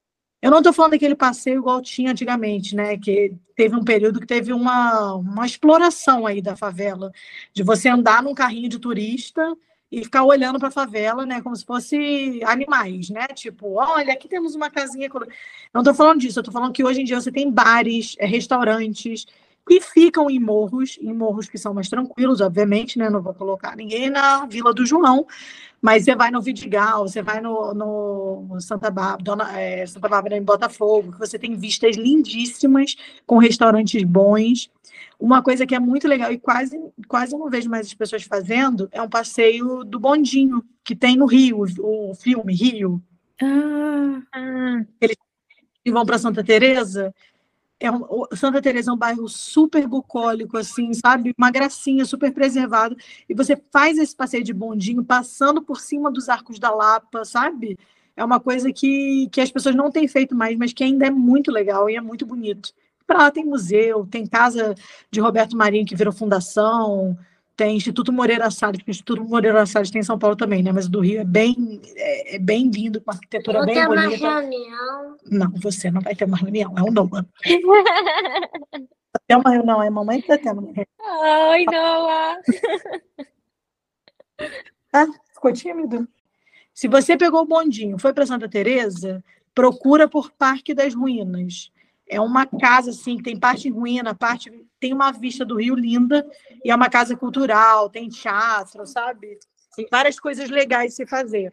Eu não estou falando daquele passeio igual tinha antigamente, né? Que teve um período que teve uma exploração aí da favela, de você andar num carrinho de turista e ficar olhando para a favela, né? Como se fosse animais, né? Tipo, olha, aqui temos uma casinha. Eu não estou falando disso, eu estou falando que hoje em dia você tem bares, restaurantes que ficam em morros que são mais tranquilos, obviamente, né? Não vou colocar ninguém na Vila do João, mas você vai no Vidigal, você vai no Santa Bárbara em Botafogo, que você tem vistas lindíssimas, com restaurantes bons. Uma coisa que é muito legal e quase eu não vejo mais as pessoas fazendo é um passeio do bondinho, que tem no Rio, o filme Rio. Eles vão para Santa Teresa. Santa Teresa é um bairro super bucólico, assim, sabe? Uma gracinha, super preservado. E você faz esse passeio de bondinho passando por cima dos Arcos da Lapa, sabe? É uma coisa que as pessoas não têm feito mais, mas que ainda é muito legal e é muito bonito. Para lá tem museu, tem casa de Roberto Marinho que virou fundação, tem Instituto Moreira Salles, que o Instituto Moreira Salles tem em São Paulo também, né? Mas o do Rio é bem lindo, com arquitetura bem bonita. Vou ter uma reunião. Não, você não vai ter uma reunião, é um Noah. É uma reunião, é a mamãe que está tendo uma reunião. Ai, Noah! Ficou tímido? Se você pegou o bondinho, foi para Santa Teresa, procura por Parque das Ruínas. É uma casa assim que tem parte em ruína, tem uma vista do Rio linda e é uma casa cultural, tem teatro, sabe? Tem várias coisas legais de se fazer.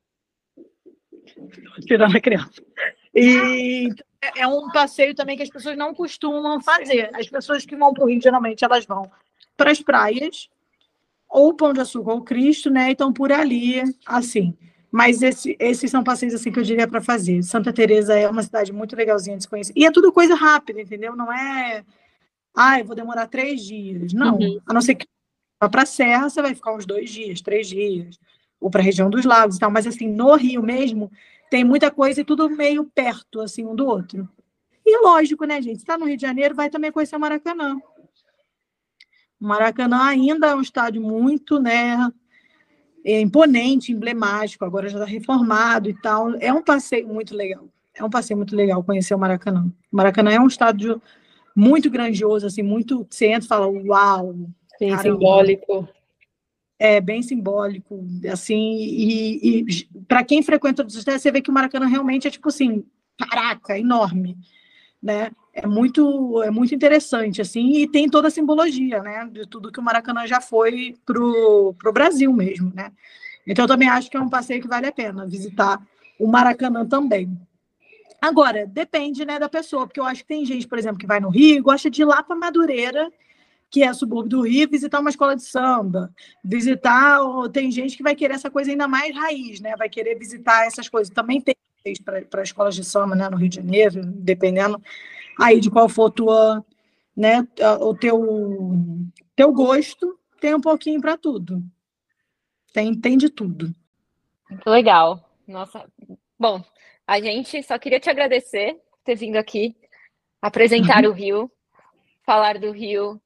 Tirando a criança. E é um passeio também que as pessoas não costumam fazer. As pessoas que vão para o Rio, geralmente, elas vão para as praias, ou Pão de Açúcar ou Cristo, né? E estão por ali, assim. Mas esses são passeios assim que eu diria para fazer. Santa Teresa é uma cidade muito legalzinha de se conhecer. E é tudo coisa rápida, entendeu? Não é, eu vou demorar 3 dias. Não. A não ser que vá para a Serra, você vai ficar uns 2 dias, 3 dias. Ou para a região dos lagos e tal. Mas assim, no Rio mesmo, tem muita coisa e tudo meio perto, assim, um do outro. E lógico, né, gente? Se está no Rio de Janeiro, vai também conhecer o Maracanã. O Maracanã ainda é um estádio muito, né, imponente, emblemático, agora já está reformado e tal. É um passeio muito legal. É um passeio muito legal conhecer o Maracanã. O Maracanã é um estádio muito grandioso, assim, muito. Você entra e fala, uau! Sim, caramba. Simbólico. É bem simbólico, assim, e para quem frequenta os estádios, você vê que o Maracanã realmente é tipo assim, caraca, enorme, né? É muito interessante, assim, e tem toda a simbologia, né, de tudo que o Maracanã já foi pro Brasil mesmo, né? Então, eu também acho que é um passeio que vale a pena visitar o Maracanã também. Agora, depende, né, da pessoa, porque eu acho que tem gente, por exemplo, que vai no Rio e gosta de ir lá para Madureira, que é subúrbio do Rio, visitar uma escola de samba, tem gente que vai querer essa coisa ainda mais raiz, né? Vai querer visitar essas coisas. Também tem para escolas de samba, né, no Rio de Janeiro, dependendo aí de qual for né, o teu gosto, tem um pouquinho para tudo. Tem de tudo. Muito legal. Nossa. Bom, a gente só queria te agradecer por ter vindo aqui apresentar o Rio, falar do Rio,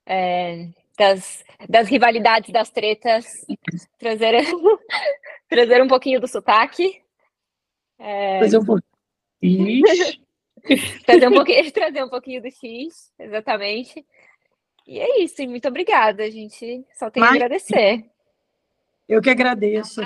das rivalidades, das tretas, trazer um pouquinho do sotaque. Trazer um pouquinho. trazer um pouquinho do X, exatamente. E é isso, e muito obrigada. A gente só tem a agradecer. Eu que agradeço.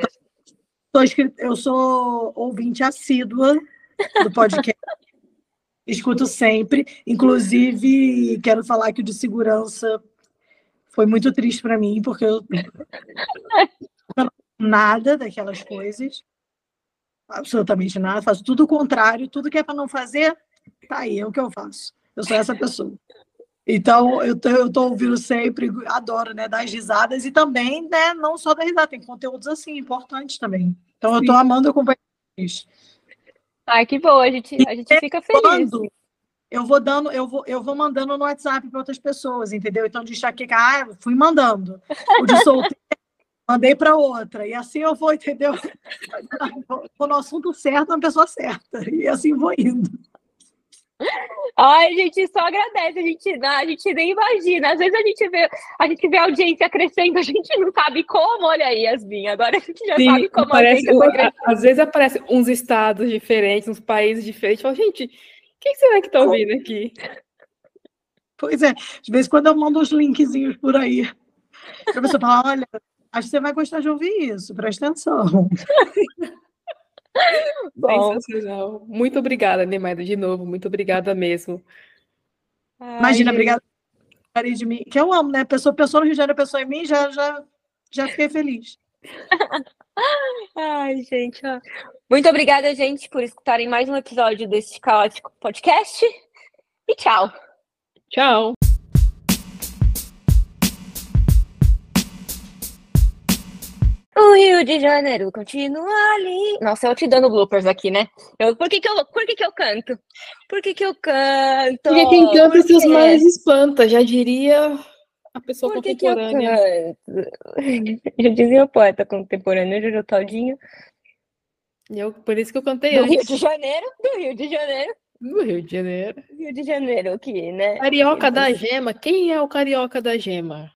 Eu sou ouvinte assídua do podcast. Escuto sempre. Inclusive, quero falar que o de segurança foi muito triste para mim, porque eu não nada daquelas coisas. Absolutamente nada. Faço tudo o contrário. Tudo que é para não fazer, tá aí, é o que eu faço. Eu sou essa pessoa. Então, eu tô ouvindo sempre, adoro, né, dar as risadas e também, né, não só dar risada, tem conteúdos assim, importantes também. Então, eu tô amando acompanhar isso. Ai, que bom, a gente fica feliz. Eu vou mandando no WhatsApp para outras pessoas, entendeu? Então, de enxaqueca, fui mandando. O de solteiro, mandei para outra. E assim eu vou, entendeu? Vou no assunto certo, na pessoa certa. E assim vou indo. Ai, a gente só agradece, a gente nem imagina. Às vezes a gente vê a audiência crescendo, a gente não sabe como, olha aí, Yasmin. Agora a gente já Sim, sabe como a parece, audiência foi crescendo. às vezes aparecem uns estados diferentes, uns países diferentes. Fala, gente, quem será que tá ouvindo aqui? Pois é, de vez em quando eu mando uns linkzinhos por aí. A pessoa fala, olha, acho que você vai gostar de ouvir isso, presta atenção. Bom, Sensacional. Muito obrigada, Nemaida, de novo. Muito obrigada mesmo. ai, Imagina, gente. obrigada por carinho de mim, que eu amo, né? Pessoa no Rio de Janeiro, pessoa em mim, já fiquei feliz. Ai, gente. Ó. Muito obrigada, gente, por escutarem mais um episódio desse caótico podcast. E tchau. Tchau. O Rio de Janeiro continua ali. Nossa, eu te dando bloopers aqui, né? Por que que eu canto? Por que que eu canto? Porque quem canta Por seus quê? males espanta, já diria a pessoa Por que que eu contemporânea. canto? Já dizia o poeta contemporâneo Jojo Todinho. Por isso que eu cantei Do Rio antes. de Janeiro, do Rio de Janeiro, No Rio de Janeiro. Rio de Janeiro aqui, né? Carioca da Gema. Quem é o carioca da Gema?